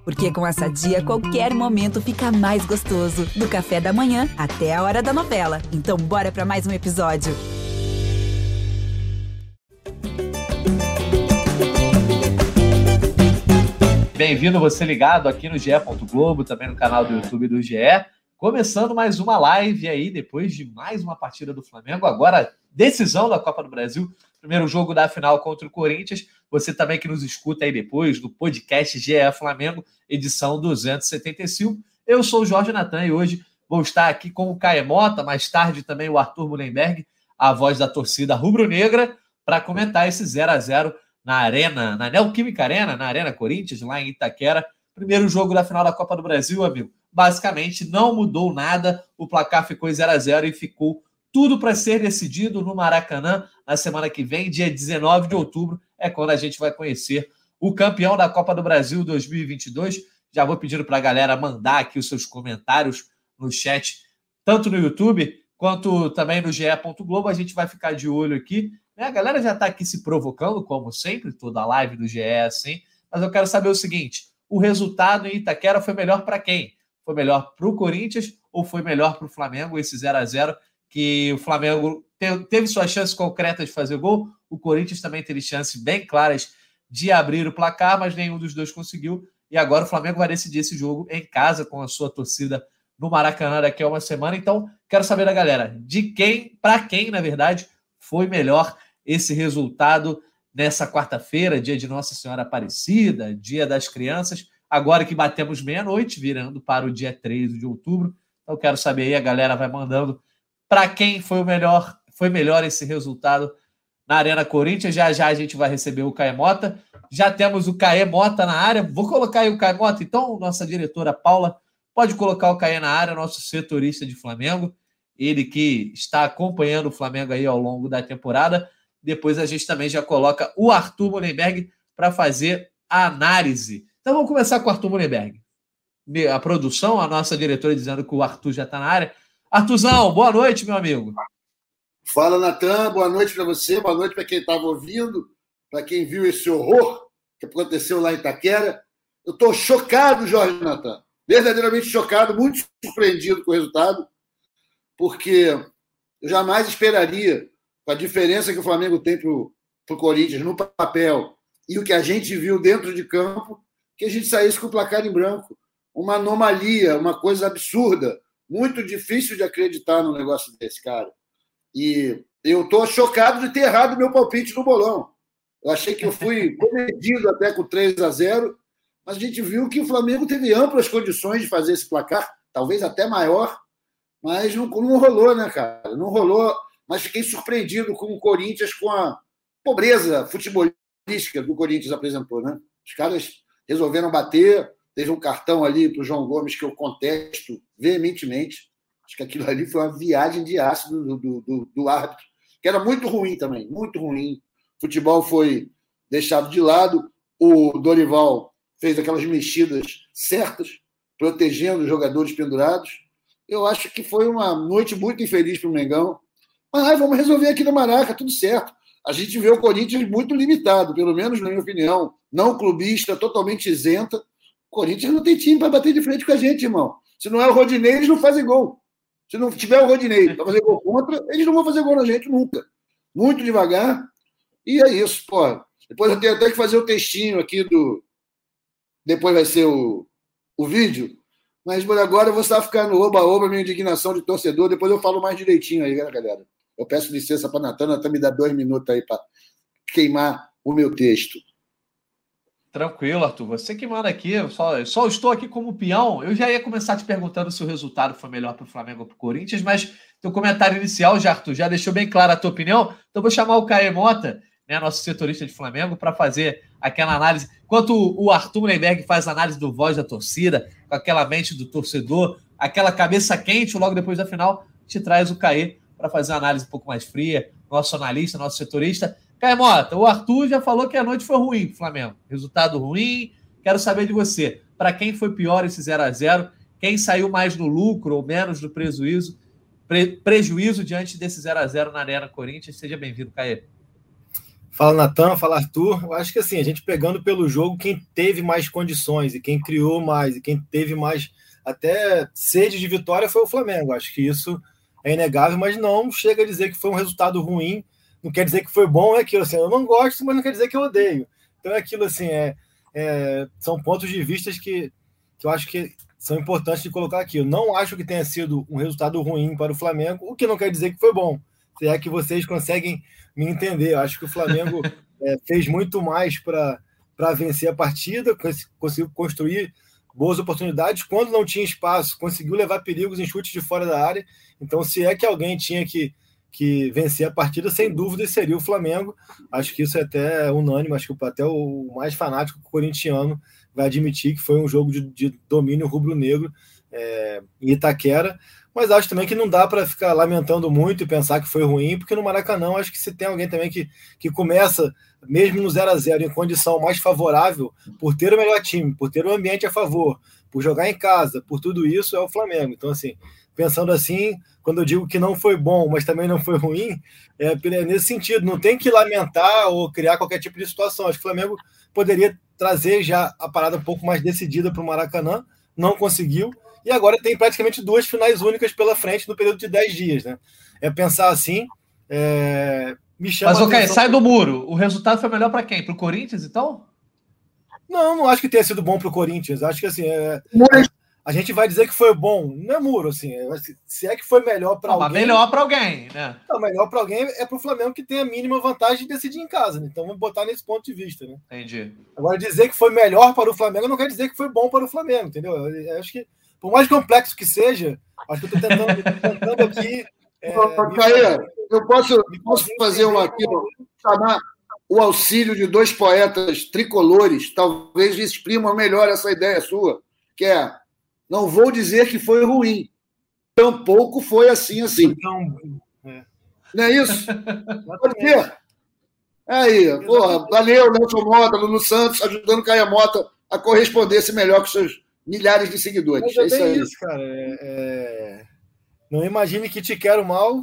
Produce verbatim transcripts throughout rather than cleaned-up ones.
Porque com a Sadia, qualquer momento fica mais gostoso. Do café da manhã até a hora da novela. Então bora pra mais um episódio. Bem-vindo você ligado aqui no G E. Globo, também no canal do YouTube do G E. Começando mais uma live aí, depois de mais uma partida do Flamengo. Agora, decisão da Copa do Brasil. Primeiro jogo da final contra o Corinthians. Você também que nos escuta aí depois do podcast G E Flamengo, edição duzentos e setenta e cinco. Eu sou o Jorge Natan e hoje vou estar aqui com o Caê Mota, mais tarde também o Arthur Mullenberg, a voz da torcida rubro-negra, para comentar esse zero a zero na Arena, na Neoquímica Arena, na Arena Corinthians, lá em Itaquera. Primeiro jogo da final da Copa do Brasil, amigo. Basicamente não mudou nada, o placar ficou zero a zero e ficou tudo para ser decidido no Maracanã na semana que vem, dia dezenove de outubro, é quando a gente vai conhecer o campeão da Copa do Brasil dois mil e vinte e dois. Já vou pedindo para a galera mandar aqui os seus comentários no chat, tanto no YouTube quanto também no G E. Globo. A gente vai ficar de olho aqui. A galera já está aqui se provocando, como sempre, toda a live do G E assim, mas eu quero saber o seguinte: o resultado em Itaquera foi melhor para quem? Foi melhor para o Corinthians ou foi melhor para o Flamengo, esse zero a zero, que o Flamengo teve suas chances concretas de fazer gol, o Corinthians também teve chances bem claras de abrir o placar, mas nenhum dos dois conseguiu, e agora o Flamengo vai decidir esse jogo em casa com a sua torcida no Maracanã daqui a uma semana. Então, quero saber da galera, de quem, para quem, na verdade, foi melhor esse resultado nessa quarta-feira, dia de Nossa Senhora Aparecida, dia das crianças, agora que batemos meia-noite, virando para o dia treze de outubro. Então, quero saber aí, a galera vai mandando para quem foi o melhor, foi melhor esse resultado na Arena Corinthians. Já já a gente vai receber o Caê Mota. Já temos o Caê Mota na área. Vou colocar aí o Caê Mota. Então, nossa diretora Paula, pode colocar o Caê na área, nosso setorista de Flamengo. Ele que está acompanhando o Flamengo aí ao longo da temporada. Depois a gente também já coloca o Arthur Mullenberg para fazer a análise. Então vamos começar com o Arthur Mullenberg. A produção, a nossa diretora dizendo que o Arthur já está na área. Arthurzão, boa noite, meu amigo. Fala, Natan, boa noite para você, boa noite para quem estava ouvindo, para quem viu esse horror que aconteceu lá em Itaquera. Eu estou chocado, Jorge Natan, verdadeiramente chocado, muito surpreendido com o resultado, porque eu jamais esperaria, com a diferença que o Flamengo tem para o Corinthians no papel e o que a gente viu dentro de campo, que a gente saísse com o placar em branco. Uma anomalia, uma coisa absurda, muito difícil de acreditar num negócio desse, cara. E eu estou chocado de ter errado o meu palpite no bolão. Eu achei que eu fui comedido até com três a zero, mas a gente viu que o Flamengo teve amplas condições de fazer esse placar, talvez até maior, mas não, não rolou, né, cara? Não rolou, mas fiquei surpreendido com o Corinthians, com a pobreza futebolística que o Corinthians apresentou, né? Os caras resolveram bater. Teve um cartão ali para o João Gomes que eu contesto veementemente. Acho que aquilo ali foi uma viagem de ácido do, do, do, do árbitro, que era muito ruim também, muito ruim. O futebol foi deixado de lado. O Dorival fez aquelas mexidas certas, protegendo os jogadores pendurados. Eu acho que foi uma noite muito infeliz para o Mengão. Mas vamos resolver aqui no Maraca, tudo certo. A gente vê o Corinthians muito limitado, pelo menos na minha opinião, não clubista, totalmente isenta. O Corinthians não tem time para bater de frente com a gente, irmão. Se não é o Rodinei, eles não fazem gol. Se não tiver o Rodinei para fazer gol contra, eles não vão fazer gol na gente nunca. Muito devagar. E é isso, pô. Depois eu tenho até que fazer o textinho aqui do... Depois vai ser o, o vídeo. Mas por agora eu vou estar ficando oba-oba, minha indignação de torcedor. Depois eu falo mais direitinho aí, né, galera? Eu peço licença para a Natan, Natan me dá dois minutos aí para queimar o meu texto. Tranquilo, Arthur. Você que manda aqui, eu só, eu só estou aqui como peão. Eu já ia começar te perguntando se o resultado foi melhor para o Flamengo ou para o Corinthians, mas teu comentário inicial, já, Arthur, já deixou bem clara a tua opinião. Então vou chamar o Caê Mota, né, nosso setorista de Flamengo, para fazer aquela análise. Enquanto o Arthur Mullenberg faz a análise do voz da torcida, com aquela mente do torcedor, aquela cabeça quente logo depois da final, te traz o Caê para fazer uma análise um pouco mais fria, nosso analista, nosso setorista. Caê Mota, o Arthur já falou que a noite foi ruim pro Flamengo. Resultado ruim. Quero saber de você. Para quem foi pior esse zero a zero? Quem saiu mais no lucro ou menos no prejuízo, pre, prejuízo diante desse zero a zero na Arena Corinthians? Seja bem-vindo, Caê. Fala Natan, fala Arthur. Eu acho que assim, a gente pegando pelo jogo, quem teve mais condições e quem criou mais e quem teve mais até sede de vitória foi o Flamengo. Acho que isso é inegável, mas não chega a dizer que foi um resultado ruim. Não quer dizer que foi bom, é aquilo assim. Eu não gosto, mas não quer dizer que eu odeio. Então é aquilo assim, é, é, são pontos de vista que, que eu acho que são importantes de colocar aqui. Eu não acho que tenha sido um resultado ruim para o Flamengo, o que não quer dizer que foi bom. Se é que vocês conseguem me entender. Eu acho que o Flamengo é, fez muito mais para vencer a partida, conseguiu construir boas oportunidades. Quando não tinha espaço, conseguiu levar perigos em chutes de fora da área. Então, se é que alguém tinha que, que vencer a partida, sem dúvida seria o Flamengo. Acho que isso é até unânime. Acho que até o mais fanático corintiano vai admitir que foi um jogo de, de domínio rubro-negro é, em Itaquera. Mas acho também que não dá para ficar lamentando muito e pensar que foi ruim, porque no Maracanã acho que se tem alguém também que, que começa, mesmo no zero a zero, em condição mais favorável, por ter o melhor time, por ter o ambiente a favor, por jogar em casa, por tudo isso, é o Flamengo. Então, assim, pensando assim, quando eu digo que não foi bom, mas também não foi ruim, é nesse sentido, não tem que lamentar ou criar qualquer tipo de situação. Acho que o Flamengo poderia trazer já a parada um pouco mais decidida para o Maracanã, não conseguiu. E agora tem praticamente duas finais únicas pela frente no período de dez dias, né? É pensar assim, é... me chama Mas, ok, atenção... sai do muro. O resultado foi melhor para quem? Para o Corinthians, então? Não, não acho que tenha sido bom para o Corinthians. Acho que, assim, é... a gente vai dizer que foi bom. Não é muro, assim. Se é que foi melhor para alguém... Mas melhor para alguém, né? Não, melhor para alguém é para o Flamengo, que tem a mínima vantagem de decidir em casa, né? Então vamos botar nesse ponto de vista, né? Entendi. Agora, dizer que foi melhor para o Flamengo não quer dizer que foi bom para o Flamengo, entendeu? Eu acho que por mais complexo que seja, acho que eu estou tentando, tentando aqui... É, Caê, eu posso, posso fazer uma aqui, chamar o auxílio de dois poetas tricolores, talvez exprimam melhor essa ideia sua, que é, não vou dizer que foi ruim, tampouco foi assim, assim. Então, é. Não é isso? Pode ser. Aí, porra, valeu, Nelson Mota, Lulu Santos, ajudando o Caia Mota a corresponder-se melhor com seus milhares de seguidores. Mas é, é isso, isso, cara. É, é... Não imagine que te quero mal.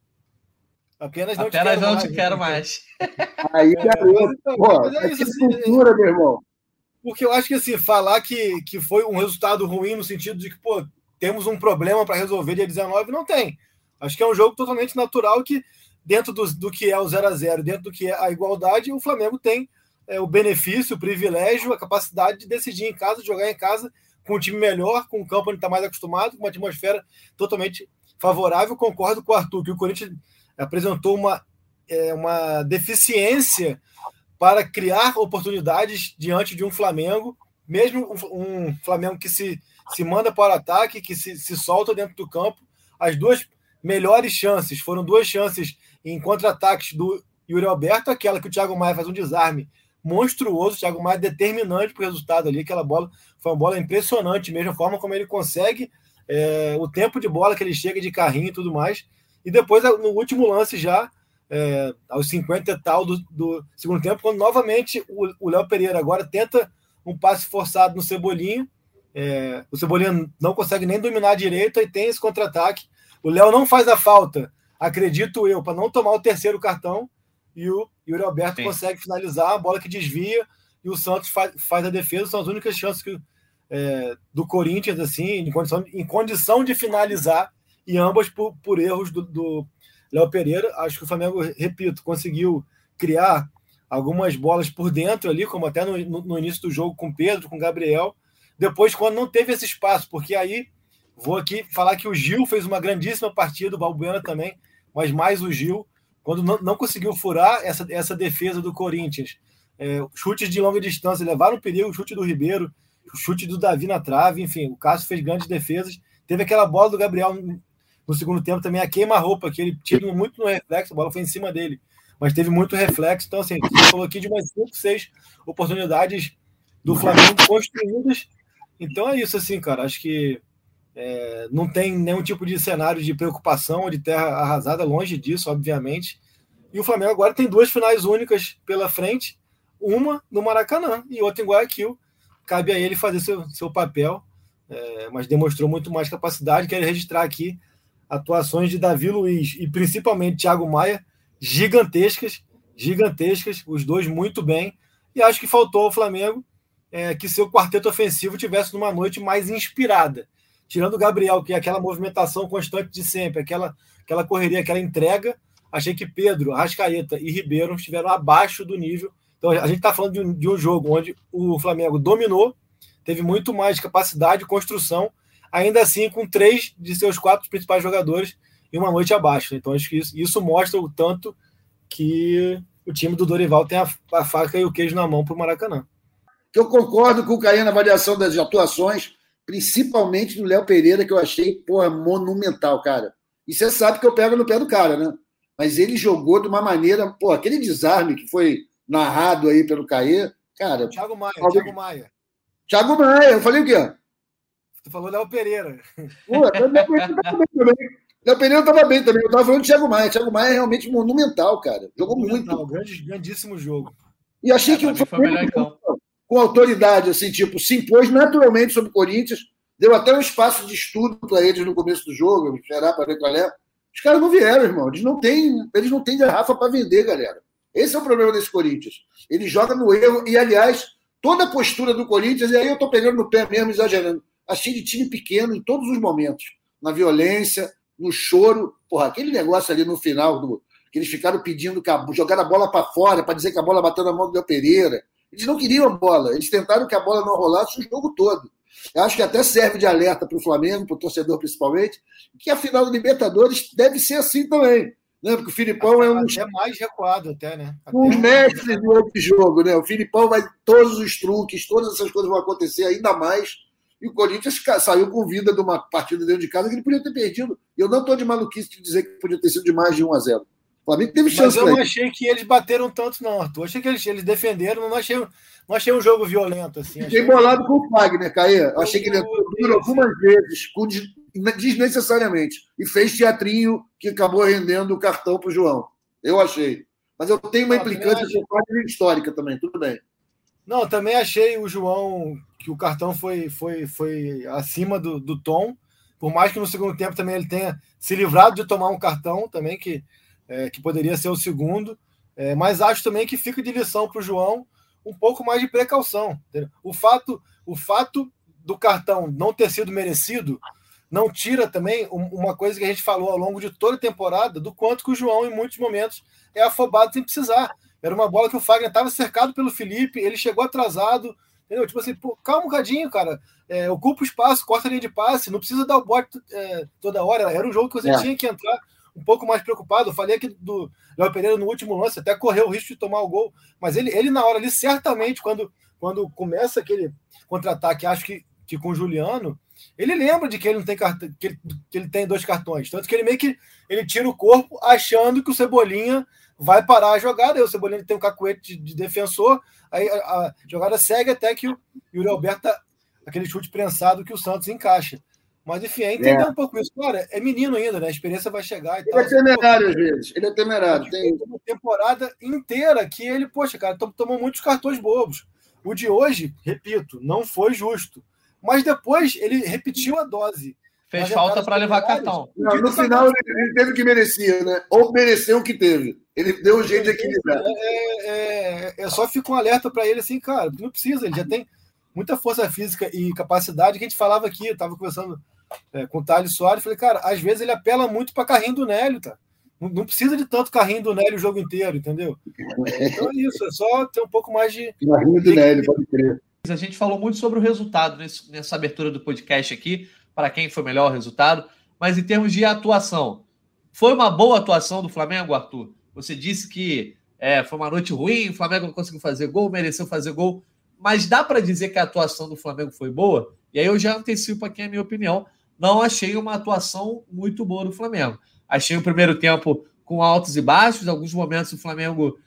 Apenas não Apenas te quero não mais. te quero mais. Aí, garoto. É, Pô, mas é isso, assim, cultura, meu irmão. Porque eu acho que assim, falar que, que foi um resultado ruim no sentido de que, pô, temos um problema para resolver dia dezenove, não tem. Acho que é um jogo totalmente natural que, dentro do, do que é o zero a zero, dentro do que é a igualdade, o Flamengo tem é, o benefício, o privilégio, a capacidade de decidir em casa, de jogar em casa, com um time melhor, com um campo onde está mais acostumado, com uma atmosfera totalmente favorável. Concordo com o Arthur, que o Corinthians apresentou uma, é, uma deficiência para criar oportunidades diante de um Flamengo, mesmo um, um Flamengo que se, se manda para o ataque, que se, se solta dentro do campo. As duas melhores chances foram duas chances em contra-ataques do Yuri Alberto, aquela que o Thiago Maia faz um desarme monstruoso, o Thiago Maia determinante para o resultado ali, aquela bola foi uma bola impressionante mesmo, a forma como ele consegue, é, o tempo de bola que ele chega de carrinho e tudo mais, e depois no último lance já, é, aos cinquenta e tal do, do segundo tempo, quando novamente o Léo Pereira agora tenta um passe forçado no Cebolinha, é, o Cebolinha não consegue nem dominar a direita e tem esse contra-ataque, o Léo não faz a falta, acredito eu, para não tomar o terceiro cartão, e o Yuri Alberto Sim. consegue finalizar, a bola que desvia, e o Santos faz, faz a defesa. São as únicas chances que, é, do Corinthians, assim, em condição, em condição de finalizar, e ambas por, por erros do, do Léo Pereira. Acho que o Flamengo, repito, conseguiu criar algumas bolas por dentro ali, como até no, no, no início do jogo com o Pedro, com o Gabriel. Depois, quando não teve esse espaço, porque aí vou aqui falar que o Gil fez uma grandíssima partida, o Balbuena também, mas mais o Gil, quando não, não conseguiu furar essa, essa defesa do Corinthians. É, chutes de longa distância levaram perigo, o chute do Ribeiro, o chute do Davi na trave, enfim, o Cássio fez grandes defesas. Teve aquela bola do Gabriel no, no segundo tempo também, a queima-roupa, que ele tira muito no reflexo, a bola foi em cima dele, mas teve muito reflexo. Então, assim, você falou aqui de umas cinco, seis oportunidades do Flamengo construídas. Então é isso, assim, cara, acho que É, não tem nenhum tipo de cenário de preocupação ou de terra arrasada, longe disso, obviamente. E o Flamengo agora tem duas finais únicas pela frente, uma no Maracanã e outra em Guayaquil. Cabe a ele fazer seu, seu papel, é, mas demonstrou muito mais capacidade. Quero registrar aqui atuações de Davi Luiz e principalmente Thiago Maia, gigantescas. gigantescas, os dois muito bem, e acho que faltou ao Flamengo é, que seu quarteto ofensivo tivesse numa noite mais inspirada. Tirando o Gabriel, que é aquela movimentação constante de sempre, aquela, aquela correria, aquela entrega, achei que Pedro, Arrascaeta e Ribeiro estiveram abaixo do nível. Então a gente está falando de um, de um jogo onde o Flamengo dominou, teve muito mais capacidade de construção, ainda assim com três de seus quatro principais jogadores em uma noite abaixo. Então acho que isso, isso mostra o tanto que o time do Dorival tem a, a faca e o queijo na mão para o Maracanã. Eu concordo com o Caio na avaliação das atuações, principalmente do Léo Pereira, que eu achei, porra, monumental, cara. E você sabe que eu pego no pé do cara, né? Mas ele jogou de uma maneira, pô, aquele desarme que foi narrado aí pelo Caê, cara... Thiago Maia, talvez... Thiago Maia. Thiago Maia, eu falei o quê? Tu falou Léo Pereira. Pô, Léo Pereira estava bem também. Léo Pereira estava bem também. Eu estava falando do Thiago Maia. Thiago Maia é realmente monumental, cara. Jogou monumental, muito. Grande, grandíssimo jogo. E achei é, que o Flamengo, com autoridade, assim, tipo, se impôs naturalmente sobre o Corinthians, deu até um espaço de estudo para eles no começo do jogo, esperar para ver qual é. Os caras não vieram, irmão. Eles não têm, eles não têm garrafa para vender, galera. Esse é o problema desse Corinthians. Ele joga no erro e, aliás, toda a postura do Corinthians, e aí eu estou pegando no pé mesmo, exagerando, achei de time pequeno em todos os momentos. Na violência, no choro. Porra, aquele negócio ali no final, do, que eles ficaram pedindo, jogar a bola para fora, para dizer que a bola bateu na mão do Léo Pereira. Eles não queriam a bola. Eles tentaram que a bola não rolasse o jogo todo. Eu acho que até serve de alerta para o Flamengo, para o torcedor principalmente, que a final do Libertadores deve ser assim também. Né? Porque o Filipão até, é um... Até mais recuado, até, né? Até um mestres do outro jogo, né? O Filipão vai... Todos os truques, todas essas coisas vão acontecer ainda mais. E o Corinthians saiu com vida de uma partida dentro de casa que ele podia ter perdido. E eu não estou de maluquice de dizer que podia ter sido de mais de um a zero. O Flamengo teve chance. Mas eu não achei que eles bateram tanto, não, Arthur. Achei que eles, eles defenderam, não achei, não achei um jogo violento. Assim. Fiquei bolado que... com o Fagner, Caê. Eu achei que ele entrou duro algumas vezes, com desnecessariamente. E fez teatrinho que acabou rendendo o cartão para o João. Eu achei. Mas eu tenho uma não, implicância com o Fagner histórica também, tudo bem. Não, também achei o João que o cartão foi, foi, foi acima do, do tom. Por mais que no segundo tempo também ele tenha se livrado de tomar um cartão também, que É, que poderia ser o segundo, é, mas acho também que fica de lição para o João um pouco mais de precaução. Entendeu? O fato, o fato do cartão não ter sido merecido não tira também uma coisa que a gente falou ao longo de toda a temporada, do quanto que o João, em muitos momentos, é afobado sem precisar. Era uma bola que o Fagner estava cercado pelo Felipe, ele chegou atrasado, entendeu? Tipo assim, pô, calma um cadinho, cara, é, ocupa o espaço, corta a linha de passe, não precisa dar o bote é, toda hora, era um jogo que você é. tinha que entrar um pouco mais preocupado. Eu falei aqui do Léo Pereira no último lance, até correu o risco de tomar o gol, mas ele, ele na hora ali, certamente, quando, quando começa aquele contra-ataque, acho que, que com o Juliano, ele lembra de que ele não tem cartão, que ele, que ele tem dois cartões, tanto que ele meio que ele tira o corpo achando que o Cebolinha vai parar a jogada, aí o Cebolinha tem um cacuete de, de defensor, aí a, a jogada segue até que o Yuri Alberto, aquele chute prensado que o Santos encaixa. Mas, enfim, é entender é. um pouco isso. Cara, é menino ainda, né? A experiência vai chegar e ele tal. Ele é temerário, às vezes. Ele é temerário. Tem uma temporada inteira que ele, poxa, cara, tomou muitos cartões bobos. O de hoje, repito, não foi justo. Mas depois ele repetiu a dose. Fez falta para levar cartão. Não, no final, ele teve o que merecia, né? Ou mereceu o que teve. Ele deu um jeito de equilibrar. É, é, é só fica um alerta para ele assim, cara, não precisa. Ele já tem muita força física e capacidade que a gente falava aqui. Eu estava conversando É, com o Thales Soares, falei, cara, às vezes ele apela muito para carrinho do Nélio, tá? Não, não precisa de tanto carrinho do Nélio o jogo inteiro, entendeu? Então é isso, é só ter um pouco mais de... Carrinho do Nélio, pode crer. A gente falou muito sobre o resultado nesse, nessa abertura do podcast aqui, para quem foi melhor o resultado, mas em termos de atuação, foi uma boa atuação do Flamengo, Arthur? Você disse que é, foi uma noite ruim, o Flamengo não conseguiu fazer gol, mereceu fazer gol, mas dá para dizer que a atuação do Flamengo foi boa? E aí eu já antecipo aqui a minha opinião. Não achei uma atuação muito boa do Flamengo. Achei o primeiro tempo com altos e baixos. Em alguns momentos o Flamengo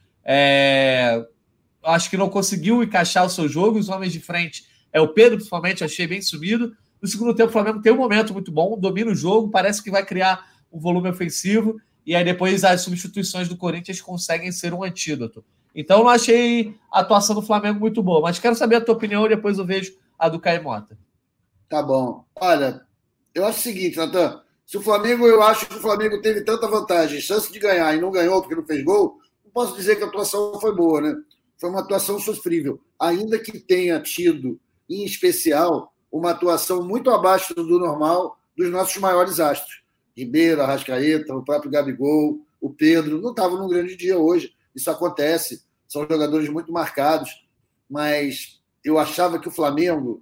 é... acho que não conseguiu encaixar o seu jogo. Os homens de frente, é o Pedro principalmente, achei bem sumido. No segundo tempo o Flamengo tem um momento muito bom, domina o jogo, parece que vai criar um volume ofensivo. E aí depois as substituições do Corinthians conseguem ser um antídoto. Então não achei a atuação do Flamengo muito boa. Mas quero saber a tua opinião e depois eu vejo a do Caio Mota. Tá bom. Olha, eu acho o seguinte, Natan, se o Flamengo, eu acho que o Flamengo teve tanta vantagem, chance de ganhar e não ganhou porque não fez gol, não posso dizer que a atuação foi boa, né? Foi uma atuação sofrível, ainda que tenha tido, em especial, uma atuação muito abaixo do normal dos nossos maiores astros. Ribeiro, Arrascaeta, o próprio Gabigol, o Pedro, não estavam num grande dia hoje. Isso acontece, são jogadores muito marcados, mas eu achava que o Flamengo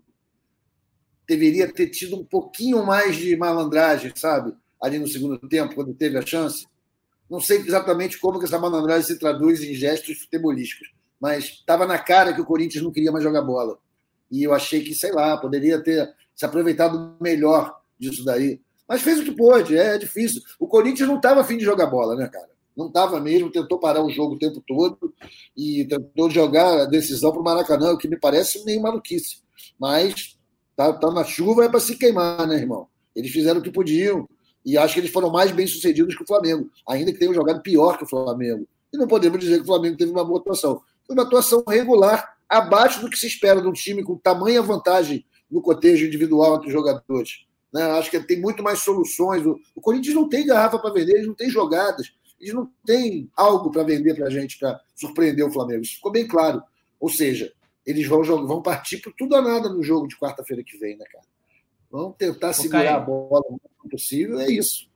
deveria ter tido um pouquinho mais de malandragem, sabe? Ali no segundo tempo, quando teve a chance. Não sei exatamente como que essa malandragem se traduz em gestos futebolísticos, mas estava na cara que o Corinthians não queria mais jogar bola. E eu achei que, sei lá, poderia ter se aproveitado melhor disso daí. Mas fez o que pôde, é difícil. O Corinthians não estava a fim de jogar bola, né, cara? Não estava mesmo, tentou parar o jogo o tempo todo e tentou jogar a decisão para o Maracanã, o que me parece meio maluquice. Mas tá, tá na chuva, é para se queimar, né, irmão? Eles fizeram o que podiam e acho que eles foram mais bem-sucedidos que o Flamengo, ainda que tenham jogado pior que o Flamengo. E não podemos dizer que o Flamengo teve uma boa atuação. Foi uma atuação regular, abaixo do que se espera de um time com tamanha vantagem no cotejo individual entre os jogadores. Né? Acho que tem muito mais soluções. O Corinthians não tem garrafa para vender, eles não têm jogadas, eles não têm algo para vender para a gente, para surpreender o Flamengo. Isso ficou bem claro. Ou seja, eles vão, jogar, vão partir por tudo ou nada no jogo de quarta-feira que vem, né, cara? Vão tentar segurar Caio. a bola o máximo possível, é isso.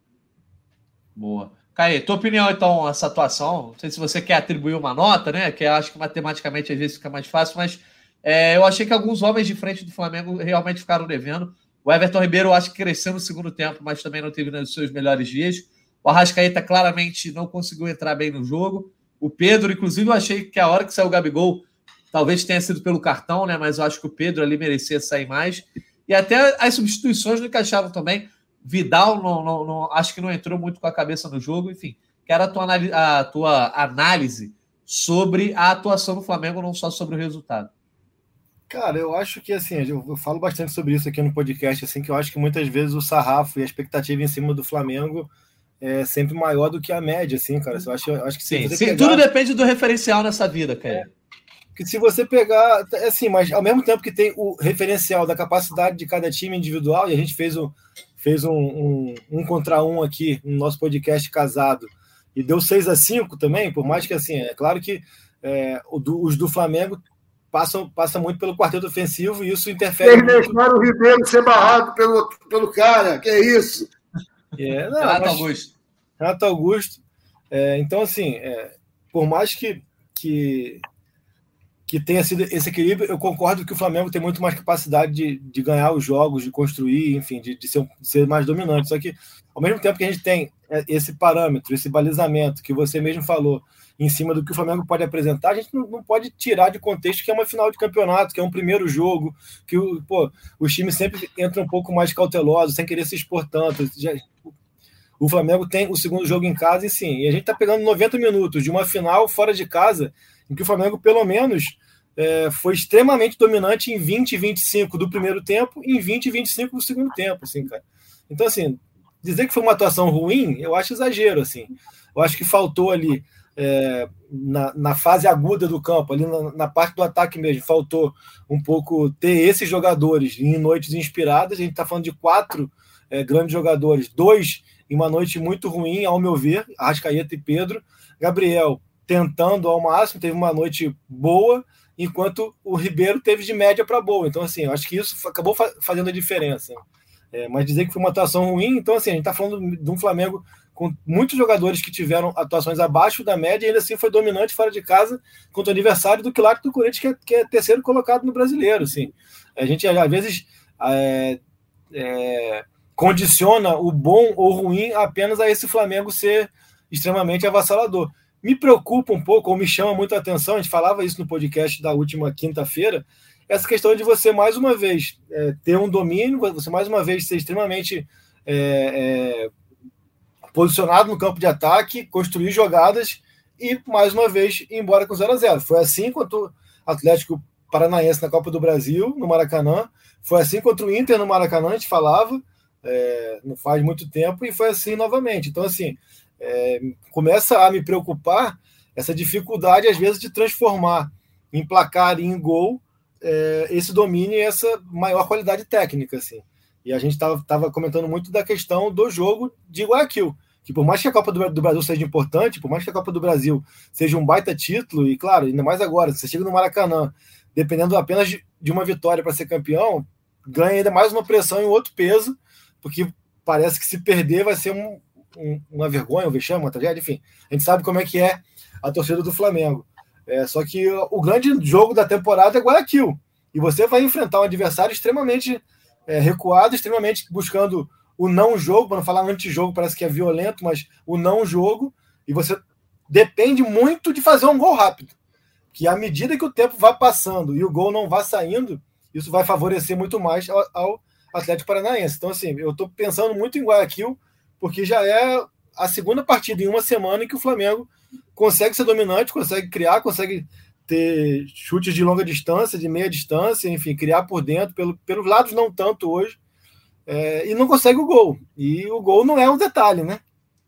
Boa. Caio, tua opinião, então, essa atuação? Não sei se você quer atribuir uma nota, né? Que eu acho que matematicamente às vezes fica mais fácil, mas é, eu achei que alguns homens de frente do Flamengo realmente ficaram devendo. O Everton Ribeiro, eu acho que cresceu no segundo tempo, mas também não teve nos seus melhores dias. O Arrascaeta claramente não conseguiu entrar bem no jogo. O Pedro, inclusive, eu achei que a hora que saiu o Gabigol, talvez tenha sido pelo cartão, né? Mas eu acho que o Pedro ali merecia sair mais. E até as substituições não encaixavam também. Vidal, não, não, não, acho que não entrou muito com a cabeça no jogo. Enfim, quero a tua, a tua análise sobre a atuação do Flamengo, não só sobre o resultado. Cara, eu acho que, assim, eu, eu falo bastante sobre isso aqui no podcast, assim, que eu acho que muitas vezes o sarrafo e a expectativa em cima do Flamengo é sempre maior do que a média, assim, cara. Eu acho, eu acho que se sim, você sim, pegar... tudo depende do referencial nessa vida, cara. É. Que se você pegar, assim, mas ao mesmo tempo que tem o referencial da capacidade de cada time individual, e a gente fez um, fez um, um, um contra um aqui no nosso podcast casado, e deu seis a cinco também, por mais que, assim, é claro que é, o do, os do Flamengo passam, passam muito pelo quarteto ofensivo, e isso interfere Eles deixaram o Ribeiro ser barrado pelo, pelo cara, que é isso? É, não, Renato mas, Augusto. Renato Augusto. É, então, assim, é, por mais que, que, que tenha sido esse equilíbrio, eu concordo que o Flamengo tem muito mais capacidade de, de ganhar os jogos, de construir, enfim, de, de, ser, de ser mais dominante. Só que, ao mesmo tempo que a gente tem esse parâmetro, esse balizamento que você mesmo falou, em cima do que o Flamengo pode apresentar, a gente não, não pode tirar de contexto que é uma final de campeonato, que é um primeiro jogo, que o, pô, os times sempre entram um pouco mais cautelosos, sem querer se expor tanto. Já, o Flamengo tem o segundo jogo em casa, e sim, e a gente está pegando noventa minutos de uma final fora de casa, em que o Flamengo, pelo menos, é, foi extremamente dominante em vinte e vinte e cinco do primeiro tempo e em vinte e vinte e cinco do segundo tempo, assim, cara. Então, assim, dizer que foi uma atuação ruim, eu acho exagero, assim. Eu acho que faltou ali, é, na, na fase aguda do campo, ali na, na parte do ataque mesmo, faltou um pouco ter esses jogadores em noites inspiradas. A gente está falando de quatro é, grandes jogadores, dois em uma noite muito ruim, ao meu ver, Arrascaeta e Pedro. Gabriel tentando ao máximo, teve uma noite boa, enquanto o Ribeiro teve de média para boa. Então, assim, eu acho que isso acabou fa- fazendo a diferença. É, mas dizer que foi uma atuação ruim, então, assim, a gente está falando de um Flamengo com muitos jogadores que tiveram atuações abaixo da média e ainda assim foi dominante fora de casa contra o adversário do Clark do Corinthians, que é, que é terceiro colocado no Brasileiro. Assim. A gente, às vezes, é, é, condiciona o bom ou ruim apenas a esse Flamengo ser extremamente avassalador. Me preocupa um pouco, ou me chama muito a atenção, a gente falava isso no podcast da última quinta-feira, essa questão de você, mais uma vez, é, ter um domínio, você, mais uma vez, ser extremamente é, é, posicionado no campo de ataque, construir jogadas e, mais uma vez, ir embora com zero a zero. Foi assim contra o Atlético Paranaense na Copa do Brasil, no Maracanã, foi assim contra o Inter no Maracanã, a gente falava, é, não faz muito tempo, e foi assim novamente. Então, assim, é, começa a me preocupar essa dificuldade, às vezes, de transformar em placar e em gol é, esse domínio e essa maior qualidade técnica, assim. E a gente estava comentando muito da questão do jogo de Guayaquil, que por mais que a Copa do, do Brasil seja importante, por mais que a Copa do Brasil seja um baita título, e claro, ainda mais agora, você chega no Maracanã, dependendo apenas de, de uma vitória para ser campeão, ganha ainda mais uma pressão e um outro peso, porque parece que se perder vai ser um, um, uma vergonha, um vexame, uma tragédia, enfim. A gente sabe como é que é a torcida do Flamengo. É, só que o grande jogo da temporada é Guayaquil. E você vai enfrentar um adversário extremamente é, recuado, extremamente buscando o não jogo, para não falar antijogo, parece que é violento, mas o não jogo, e você depende muito de fazer um gol rápido. Que à medida que o tempo vai passando e o gol não vai saindo, isso vai favorecer muito mais ao, ao Atlético Paranaense. Então, assim, eu estou pensando muito em Guayaquil, porque já é a segunda partida em uma semana em que o Flamengo consegue ser dominante, consegue criar, consegue ter chutes de longa distância, de meia distância, enfim, criar por dentro, pelo, pelos lados não tanto hoje, é, e não consegue o gol. E o gol não é um detalhe, né?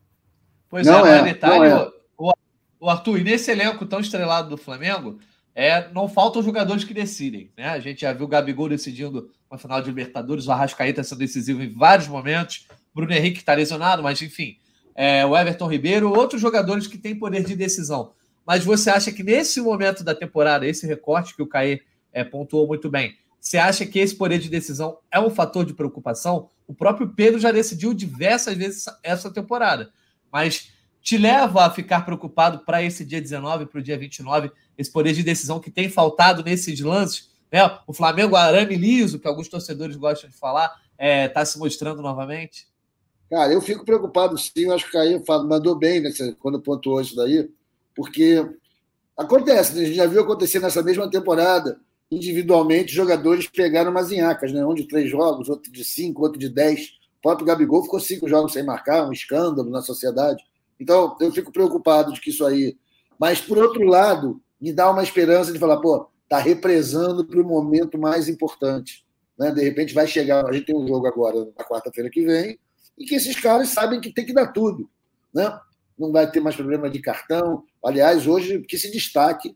Pois não é, não é detalhe. Não é. O, o Arthur, e nesse elenco tão estrelado do Flamengo, é, não faltam jogadores que decidem, né? A gente já viu o Gabigol decidindo uma final de Libertadores, o Arrascaeta sendo decisivo em vários momentos, Bruno Henrique está lesionado, mas enfim, é, o Everton Ribeiro, outros jogadores que têm poder de decisão. Mas você acha que nesse momento da temporada, esse recorte que o Caê é, pontuou muito bem, você acha que esse poder de decisão é um fator de preocupação? O próprio Pedro já decidiu diversas vezes essa temporada, mas te leva a ficar preocupado para esse dia dezenove, para o dia vinte e nove, esse poder de decisão que tem faltado nesses lances, né? O Flamengo arame liso, que alguns torcedores gostam de falar, está é, tá se mostrando novamente? Cara, eu fico preocupado sim, eu acho que o Caio mandou bem, né, quando pontuou isso daí, porque acontece, né? A gente já viu acontecer nessa mesma temporada, individualmente, jogadores pegaram umas inhacas, né? Um de três jogos, outro de cinco, outro de dez. O próprio Gabigol ficou cinco jogos sem marcar, um escândalo na sociedade. Então, eu fico preocupado de que isso aí... Mas, por outro lado, me dá uma esperança de falar, pô, tá represando para o momento mais importante. Né? De repente vai chegar... A gente tem um jogo agora, na quarta-feira que vem, e que esses caras sabem que tem que dar tudo. Né? Não vai ter mais problema de cartão. Aliás, hoje, que se destaque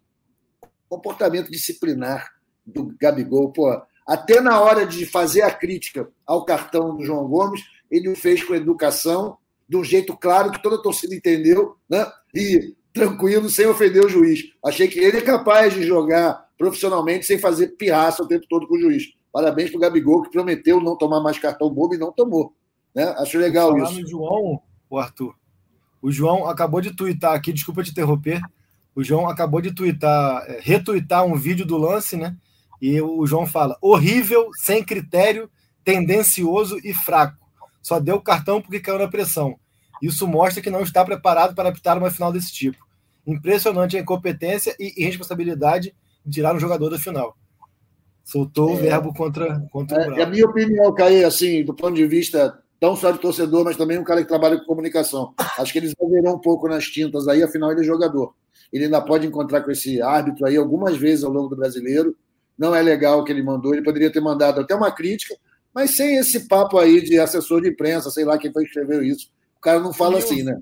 o comportamento disciplinar do Gabigol. Pô, até na hora de fazer a crítica ao cartão do João Gomes, ele o fez com educação, de um jeito claro que toda a torcida entendeu, né? E tranquilo, sem ofender o juiz. Achei que ele é capaz de jogar profissionalmente sem fazer pirraça o tempo todo com o juiz. Parabéns para o Gabigol, que prometeu não tomar mais cartão bobo e não tomou. Né? Acho legal falar isso. No João, o Arthur, o João acabou de tuitar aqui, desculpa te interromper, o João acabou de tuitar, retuitar um vídeo do lance, né? E o João fala, horrível, sem critério, tendencioso e fraco. Só deu cartão porque caiu na pressão. Isso mostra que não está preparado para apitar uma final desse tipo. Impressionante a incompetência e irresponsabilidade de tirar um jogador da final. Soltou é, o verbo contra, contra é, o É a minha opinião, Caí, assim, do ponto de vista não só de torcedor, mas também um cara que trabalha com comunicação. Acho que eles exageram um pouco nas tintas aí, afinal ele é jogador. Ele ainda pode encontrar com esse árbitro aí algumas vezes ao longo do Brasileiro. Não é legal o que ele mandou, ele poderia ter mandado até uma crítica, mas sem esse papo aí de assessor de imprensa, sei lá quem foi que escreveu isso. O cara não fala e assim, o, né?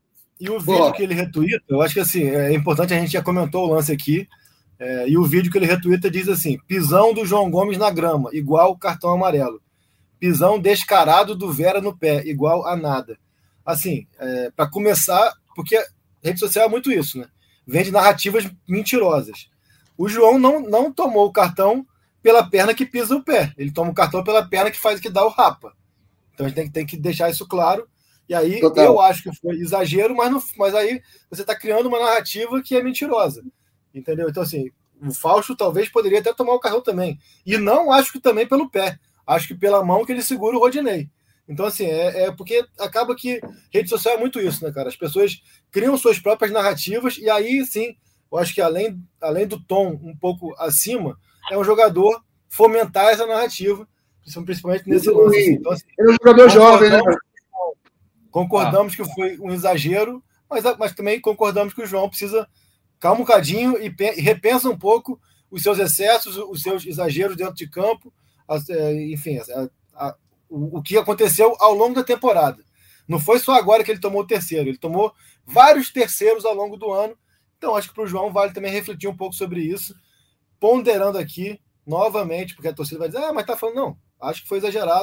E o vídeo Pô. que ele retuita, eu acho que assim, é importante, a gente já comentou o lance aqui, é, e o vídeo que ele retuita diz assim, pisão do João Gomes na grama, igual cartão amarelo. Pisão descarado do Vera no pé, igual a nada. Assim, é, para começar, porque a rede social é muito isso, né? Vende narrativas mentirosas. O João não, não tomou o cartão pela perna que pisa o pé. Ele toma o cartão pela perna que faz que dá o rapa. Então a gente tem que, tem que deixar isso claro. E aí Total. eu acho que foi exagero, mas, não, mas aí você está criando uma narrativa que é mentirosa. Entendeu? Então, assim, o Fausto talvez poderia até tomar o cartão também. E não acho que também pelo pé. Acho que pela mão que ele segura o Rodinei. Então, assim, é, é porque acaba que rede social é muito isso, né, cara? As pessoas criam suas próprias narrativas e aí, sim, eu acho que além, além do tom um pouco acima, é um jogador fomentar essa narrativa, principalmente nesse lance. Assim. Então, assim, ele é um jogador jovem, né? Concordamos ah. que foi um exagero, mas, mas também concordamos que o João precisa calma um cadinho e, e repensa um pouco os seus excessos, os seus exageros dentro de campo, enfim, a, a, o, o que aconteceu ao longo da temporada. Não foi só agora que ele tomou o terceiro, ele tomou vários terceiros ao longo do ano. Então, acho que para o João vale também refletir um pouco sobre isso, ponderando aqui novamente, porque a torcida vai dizer, ah, mas tá falando, não, acho que foi exagerado,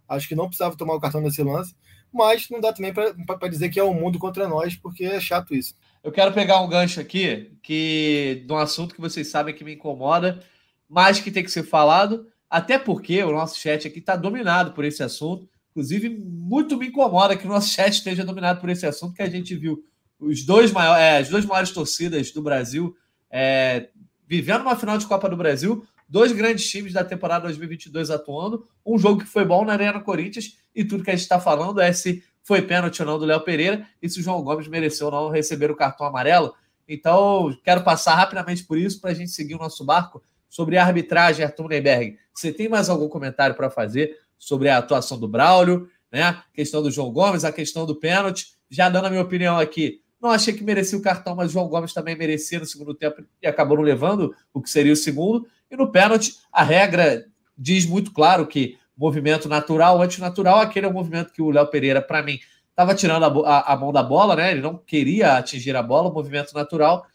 Acho que não precisava tomar o cartão nesse lance, mas não dá também para dizer que é o mundo contra nós, porque é chato isso. Eu quero pegar um gancho aqui, que de um assunto que vocês sabem que me incomoda, mas que tem que ser falado, até porque o nosso chat aqui está dominado por esse assunto. Inclusive, muito me incomoda que o nosso chat esteja dominado por esse assunto, que a gente viu os dois maiores, é, as duas maiores torcidas do Brasil é, vivendo uma final de Copa do Brasil, dois grandes times da temporada dois mil e vinte e dois atuando, um jogo que foi bom na Arena Corinthians, e tudo que a gente está falando é se foi pênalti ou não do Léo Pereira, e se o João Gomes mereceu ou não receber o cartão amarelo. Então, quero passar rapidamente por isso para a gente seguir o nosso barco sobre a arbitragem, Arthur Neyberg. Você tem mais algum comentário para fazer sobre a atuação do Braulio, né? A questão do João Gomes, a questão do pênalti? Já dando a minha opinião aqui, não achei que merecia o cartão, mas o João Gomes também merecia no segundo tempo e acabou não levando o que seria o segundo. E no pênalti, a regra diz muito claro que movimento natural, antinatural, aquele é o movimento que o Léo Pereira, para mim, estava tirando a, a, a mão da bola, né? Ele não queria atingir a bola, movimento natural.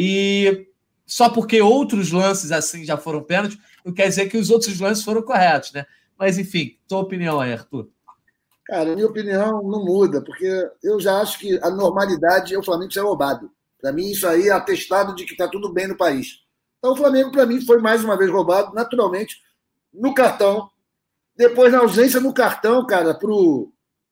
E só porque outros lances assim já foram pênalti, não quer dizer que os outros lances foram corretos, né? Mas, enfim, tua opinião aí, Arthur. Cara, minha opinião não muda, porque eu já acho que a normalidade é o Flamengo ser roubado. Para mim, isso aí é atestado de que está tudo bem no país. Então, o Flamengo, para mim, foi mais uma vez roubado, naturalmente, no cartão. Depois, na ausência no cartão, cara, para o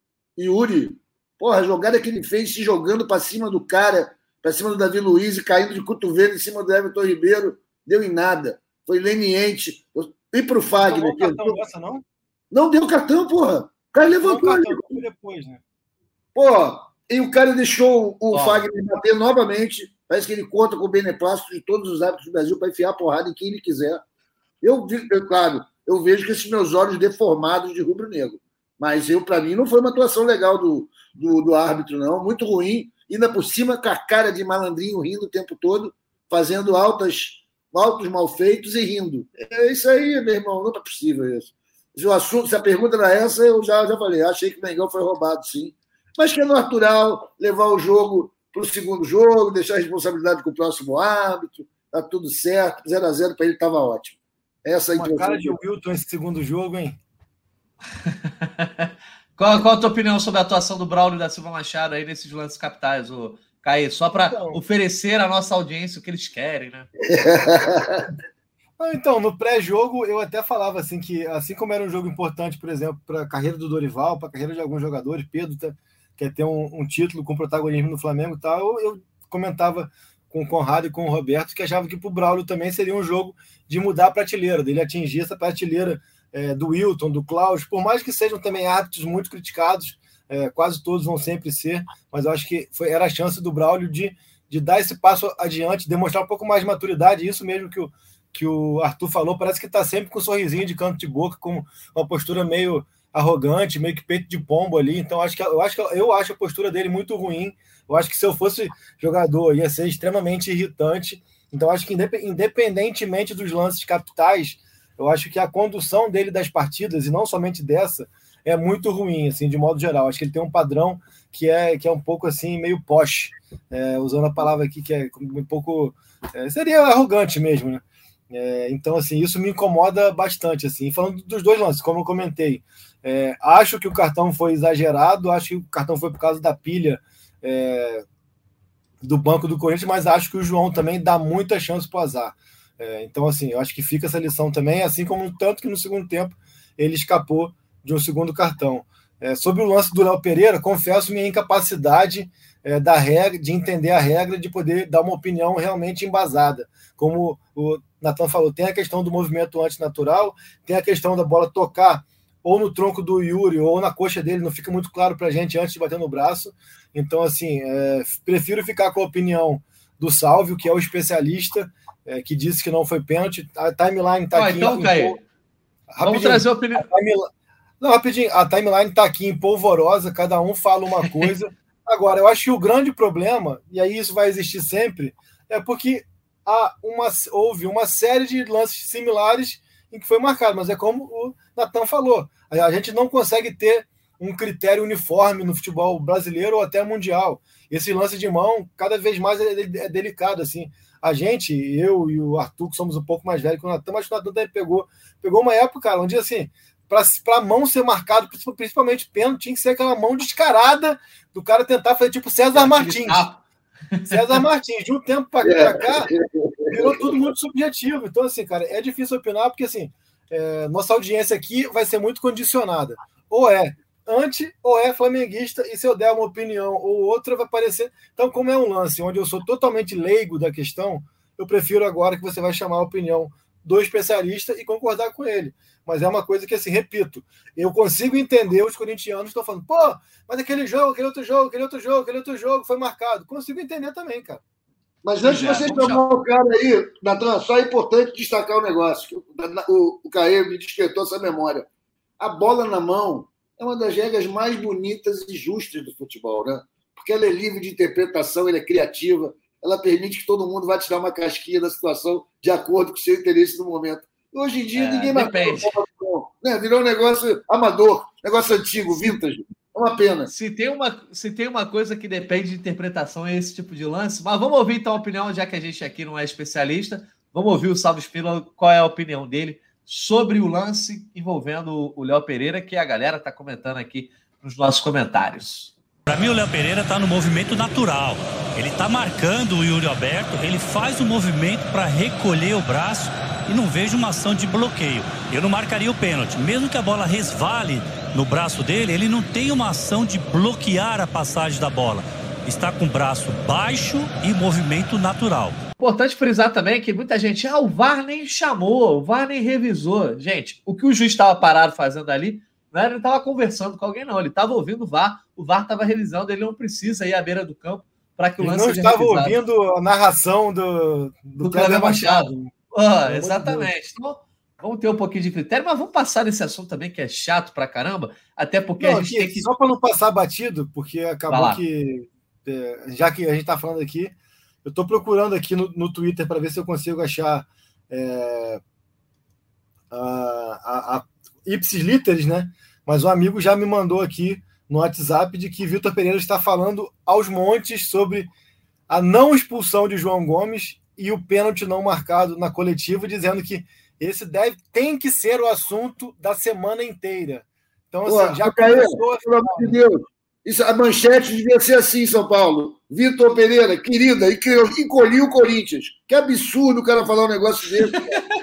Yuri. Porra, a jogada que ele fez se jogando para cima do cara, para cima do Davi Luiz e caindo de cotovelo em cima do Everton Ribeiro, deu em nada. Foi leniente. E para o Fagner. Não deu cartão dessa, não? Não deu cartão, porra. O cara levantou ali. Depois, né? Pô, e o cara deixou o Ó. Fagner bater novamente. Parece que ele conta com o beneplácito de todos os árbitros do Brasil para enfiar a porrada em quem ele quiser. Eu, eu, claro, eu vejo com esses meus olhos deformados de rubro-negro. Mas eu, para mim, não foi uma atuação legal do, do, do árbitro, não. Muito ruim. Ainda por cima, com a cara de malandrinho, rindo o tempo todo, fazendo altas, altos malfeitos e rindo. É isso aí, meu irmão. Não é possível isso. Se, o assunto, se a pergunta era essa, eu já, já falei. Achei que o Mengão foi roubado, sim. Mas que é natural levar o jogo para o segundo jogo, deixar a responsabilidade com o próximo árbitro. Tá tudo certo. zero a zero para ele estava ótimo. Essa Uma cara de Wilton esse segundo jogo, hein? qual, qual a tua opinião sobre a atuação do Braulio da Silva Machado aí nesses lances capitais, ô Caí? Só para então, oferecer à nossa audiência o que eles querem, né? Então, no pré-jogo, eu até falava assim que, assim como era um jogo importante, por exemplo, para a carreira do Dorival, para a carreira de alguns jogadores, Pedro tá, quer ter um, um título com protagonismo no Flamengo e tal, eu, eu comentava com o Conrado e com o Roberto que achava que para o Braulio também seria um jogo de mudar a prateleira, dele atingir essa prateleira é, do Wilton, do Klaus, por mais que sejam também árbitros muito criticados, é, quase todos vão sempre ser, mas eu acho que foi, era a chance do Braulio de, de dar esse passo adiante, demonstrar um pouco mais de maturidade, isso mesmo que o que o Arthur falou, parece que está sempre com um sorrisinho de canto de boca, com uma postura meio arrogante, meio que peito de pombo ali. Então, acho que, eu, acho que, eu acho a postura dele muito ruim. Eu acho que se eu fosse jogador, ia ser extremamente irritante. Então, acho que independentemente dos lances capitais, eu acho que a condução dele das partidas, e não somente dessa, é muito ruim, assim, de modo geral. Acho que ele tem um padrão que é, que é um pouco assim, meio posh, é, usando a palavra aqui que é um pouco... É, seria arrogante mesmo, né? É, então, assim, isso me incomoda bastante, assim. Falando dos dois lances, como eu comentei, é, acho que o cartão foi exagerado, acho que o cartão foi por causa da pilha é, do banco do Corinthians, mas acho que o João também dá muita chance para o azar. É, então, assim, eu acho que fica essa lição também, assim como tanto que no segundo tempo ele escapou de um segundo cartão. É, sobre o lance do Léo Pereira, confesso minha incapacidade é, da regra, de entender a regra, de poder dar uma opinião realmente embasada. Como o Natan falou, tem a questão do movimento antinatural, tem a questão da bola tocar ou no tronco do Yuri ou na coxa dele, não fica muito claro para a gente antes de bater no braço. Então, assim, é, prefiro ficar com a opinião do Sálvio, que é o especialista, é, que disse que não foi pênalti. A timeline está aqui. Então, Caí, vamos trazer a opinião. A timeline... Não, rapidinho, a timeline está aqui em polvorosa, cada um fala uma coisa. Agora, eu acho que o grande problema, e aí isso vai existir sempre, é porque há uma, houve uma série de lances similares em que foi marcado, mas é como o Natan falou, a gente não consegue ter um critério uniforme no futebol brasileiro ou até mundial. Esse lance de mão, cada vez mais é delicado, assim. A gente, eu e o Arthur, que somos um pouco mais velhos que o Natan, mas o Natan pegou, pegou uma época, cara, onde, assim, para a mão ser marcado, principalmente pênalti, tinha que ser aquela mão descarada do cara tentar fazer tipo César Martins. César Martins, de um tempo para cá, virou tudo muito subjetivo. Então, assim, cara, é difícil opinar, porque assim, é, nossa audiência aqui vai ser muito condicionada. Ou é anti ou é flamenguista, e se eu der uma opinião ou outra, vai parecer. Então, como é um lance onde eu sou totalmente leigo da questão, eu prefiro agora que você vai chamar a opinião do especialista e concordar com ele. Mas é uma coisa que, assim, repito, eu consigo entender os corintianos que estão falando, pô, mas aquele jogo, aquele outro jogo, aquele outro jogo, aquele outro jogo foi marcado. Consigo entender também, cara. Mas antes de você chamar o cara aí, Natan, só é importante destacar um negócio, que o, o, o Caê me despertou essa memória. A bola na mão é uma das regras mais bonitas e justas do futebol, né? Porque ela é livre de interpretação, ela é criativa, ela permite que todo mundo vá tirar uma casquinha da situação de acordo com o seu interesse no momento. Hoje em dia, é, ninguém mais né? Virou um negócio amador, negócio antigo, vintage. É uma pena. Se tem uma, se tem uma coisa que depende de interpretação, é esse tipo de lance. Mas vamos ouvir então a opinião, já que a gente aqui não é especialista. Vamos ouvir o Salvo Espínola, qual é a opinião dele sobre o lance envolvendo o Léo Pereira, que a galera está comentando aqui nos nossos comentários. Para mim, o Léo Pereira está no movimento natural. Ele está marcando o Yuri Alberto, ele faz o movimento para recolher o braço e não vejo uma ação de bloqueio. Eu não marcaria o pênalti. Mesmo que a bola resvale no braço dele, ele não tem uma ação de bloquear a passagem da bola. Está com o braço baixo e movimento natural. Importante frisar também que muita gente, ah, o V A R nem chamou, o V A R nem revisou. Gente, o que o juiz estava parado fazendo ali, não era, ele estava conversando com alguém, não. Ele estava ouvindo o V A R, o V A R estava revisando, ele não precisa ir à beira do campo para que o lance seja revisado. Ele não estava ouvindo a narração do, do, do Cléber Machado. Machado. Ah, exatamente. Então, vamos ter um pouquinho de critério, mas vamos passar nesse assunto também, que é chato pra caramba, até porque não, a gente aqui, tem que... Só para não passar batido, porque acabou que, já que a gente está falando aqui, eu estou procurando aqui no, no Twitter para ver se eu consigo achar é, a, a, a ipsis literis, né? Mas um amigo já me mandou aqui no WhatsApp de que Vitor Pereira está falando aos montes sobre a não expulsão de João Gomes e o pênalti não marcado na coletiva, dizendo que esse deve, tem que ser o assunto da semana inteira. Então, assim, Pô, já começou... Pelo amor de Deus, isso, a manchete devia ser assim, São Paulo. Vitor Pereira, querida, encolheu o Corinthians. Que absurdo o cara falar um negócio desse.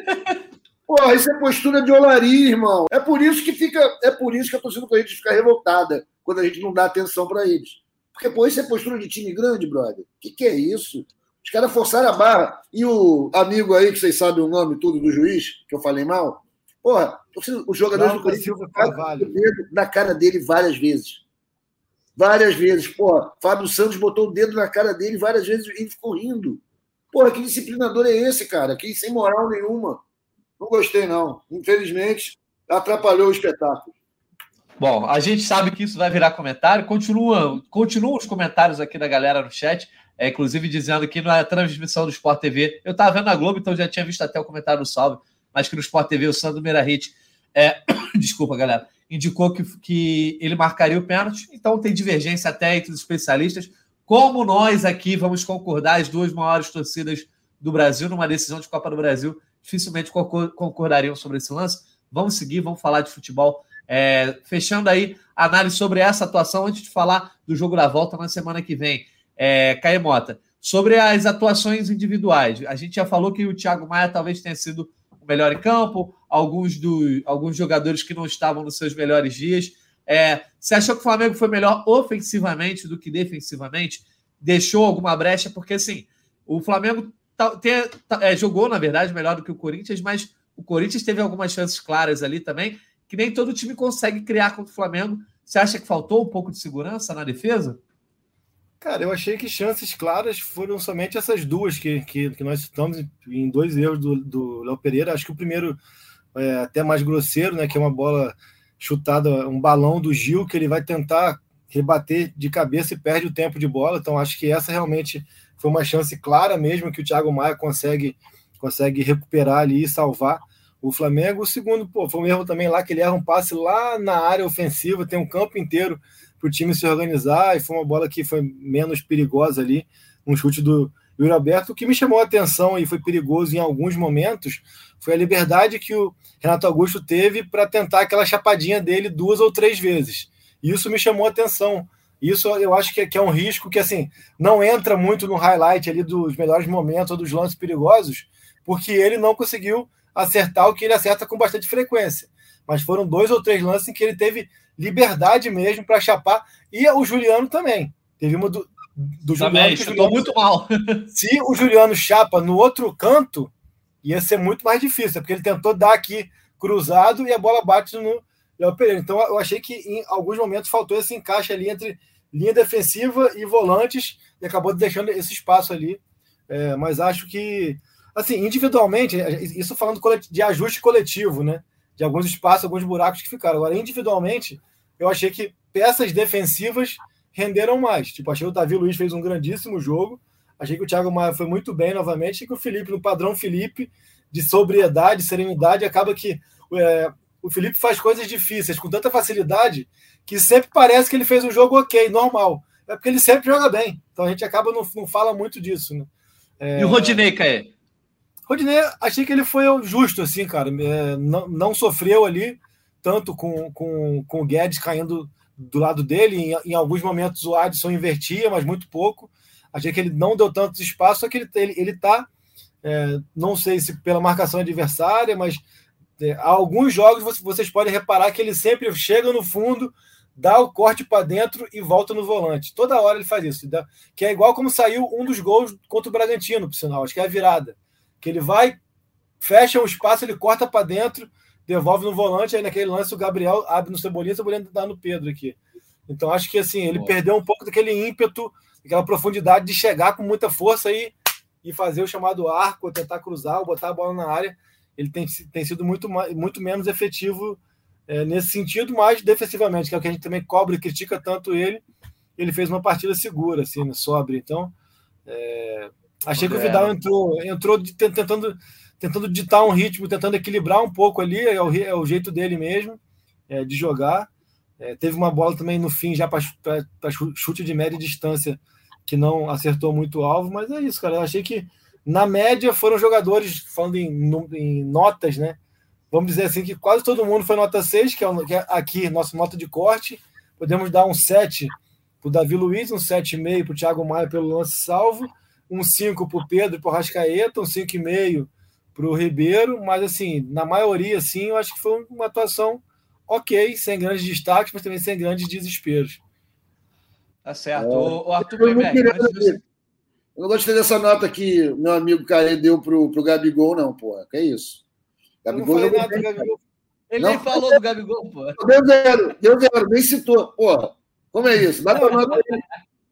Porra, isso é postura de olaria, irmão. É por isso que fica, é por isso que a torcida do Corinthians fica revoltada quando a gente não dá atenção para eles. Porque, pô, isso é postura de time grande, brother. O que, que é isso? Os caras forçaram a barra. E o amigo aí, que vocês sabem o nome tudo do juiz, que eu falei mal, porra, os jogadores do Corinthians ficaram o dedo na cara dele várias vezes. Várias vezes. Porra, Fábio Santos botou o dedo na cara dele várias vezes e ele ficou rindo. Porra, que disciplinador é esse, cara? Que sem moral nenhuma. Não gostei, não. Infelizmente, atrapalhou o espetáculo. Bom, a gente sabe que isso vai virar comentário. Continua, continuam os comentários aqui da galera no chat, é, inclusive dizendo que na transmissão do Sport T V, eu estava vendo na Globo, então já tinha visto até o comentário do Salve, mas que no Sport T V o Sandro Meirahit, é, desculpa, galera, indicou que, que ele marcaria o pênalti. Então tem divergência até entre os especialistas. Como nós aqui vamos concordar, as duas maiores torcidas do Brasil, numa decisão de Copa do Brasil, dificilmente concordariam sobre esse lance. Vamos seguir, vamos falar de futebol. É, fechando aí a análise sobre essa atuação, antes de falar do jogo da volta na semana que vem. É, Caê Mota, sobre as atuações individuais. A gente já falou que o Thiago Maia talvez tenha sido o melhor em campo, alguns, do, alguns jogadores que não estavam nos seus melhores dias. É, você achou que o Flamengo foi melhor ofensivamente do que defensivamente? Deixou alguma brecha? Porque, assim, o Flamengo Tem, é, jogou, na verdade, melhor do que o Corinthians, mas o Corinthians teve algumas chances claras ali também, que nem todo time consegue criar contra o Flamengo. Você acha que faltou um pouco de segurança na defesa? Cara, eu achei que chances claras foram somente essas duas que, que, que nós citamos em dois erros do, do Léo Pereira. Acho que o primeiro é até mais grosseiro, né, que é uma bola chutada, um balão do Gil, que ele vai tentar rebater de cabeça e perde o tempo de bola. Então acho que essa realmente foi uma chance clara mesmo que o Thiago Maia consegue, consegue recuperar ali e salvar o Flamengo. O segundo, pô, foi um erro também lá, que ele erra um passe lá na área ofensiva, tem um campo inteiro para o time se organizar, e foi uma bola que foi menos perigosa ali, um chute do o Yuri Alberto. O que me chamou a atenção e foi perigoso em alguns momentos foi a liberdade que o Renato Augusto teve para tentar aquela chapadinha dele duas ou três vezes. E isso me chamou a atenção. Isso eu acho que é, que é um risco que, assim, não entra muito no highlight ali dos melhores momentos ou dos lances perigosos, porque ele não conseguiu acertar o que ele acerta com bastante frequência. Mas foram dois ou três lances em que ele teve liberdade mesmo para chapar. E o Juliano também. Teve uma do, do também, Juliano. chutou Juliano, muito mal. Se o Juliano chapa no outro canto, ia ser muito mais difícil, porque ele tentou dar aqui cruzado e a bola bate no Léo Pereira. Então eu achei que em alguns momentos faltou esse encaixe ali entre linha defensiva e volantes e acabou deixando esse espaço ali. É, mas acho que, assim, individualmente, isso falando de ajuste coletivo, né? De alguns espaços, alguns buracos que ficaram. Agora, individualmente, eu achei que peças defensivas renderam mais. Tipo, achei que o Davi Luiz fez um grandíssimo jogo. Achei que o Thiago Maia foi muito bem novamente. Achei que o Felipe, no padrão Felipe, de sobriedade, serenidade, acaba que é, o Felipe faz coisas difíceis com tanta facilidade que sempre parece que ele fez um jogo ok, normal. É porque ele sempre joga bem. Então a gente acaba não, não fala muito disso, né? É... E o Rodinei, Caê? Rodinei, achei que ele foi justo, assim, cara. É, não, não sofreu ali, tanto com, com, com o Guedes caindo do lado dele. Em, em alguns momentos o Adson invertia, mas muito pouco. Achei que ele não deu tanto espaço, só que ele, ele, ele tá, é, não sei se pela marcação adversária, mas é, há alguns jogos vocês podem reparar que ele sempre chega no fundo, dá o corte para dentro e volta no volante. Toda hora ele faz isso. Dá, que é igual como saiu um dos gols contra o Bragantino, por sinal. Acho que é a virada. Que ele vai, fecha um espaço, ele corta para dentro, devolve no volante, aí naquele lance o Gabriel abre no Cebolinha, o Cebolinha dá no Pedro aqui. Então acho que assim, ele Boa. perdeu um pouco daquele ímpeto, aquela profundidade de chegar com muita força e, e fazer o chamado arco, tentar cruzar ou botar a bola na área. Ele tem, tem sido muito, muito menos efetivo é, nesse sentido, mas defensivamente, que é o que a gente também cobra e critica tanto ele, ele fez uma partida segura, assim, né, sóbria. Então, é, achei é. que o Vidal entrou, entrou de, tentando, tentando ditar um ritmo, tentando equilibrar um pouco ali, é o, é o jeito dele mesmo é, de jogar. É, teve uma bola também no fim, já para chute de média distância, que não acertou muito o alvo, mas é isso, cara. Eu achei que, na média, foram jogadores, falando em, em notas, né? Vamos dizer assim, que quase todo mundo foi nota seis, que é, que é aqui, nossa nota de corte. Podemos dar um sete para o Davi Luiz, um sete vírgula cinco para o Thiago Maia pelo lance salvo, um cinco para o Pedro e para o Rascaeta, um cinco vírgula cinco para o Ribeiro, mas, assim, na maioria, assim, eu acho que foi uma atuação ok, sem grandes destaques, mas também sem grandes desesperos. Tá certo. É. O Arthur Pemberg, você... Eu não gostei dessa nota que meu amigo Caê deu pro, pro Gabigol, não, porra. Que é isso? Gabigol não nada, Gabigol. Ele não, nem falou do Gabigol, porra. Deu zero, deu zero, nem citou. Porra, como é isso? Dá pra nota aí.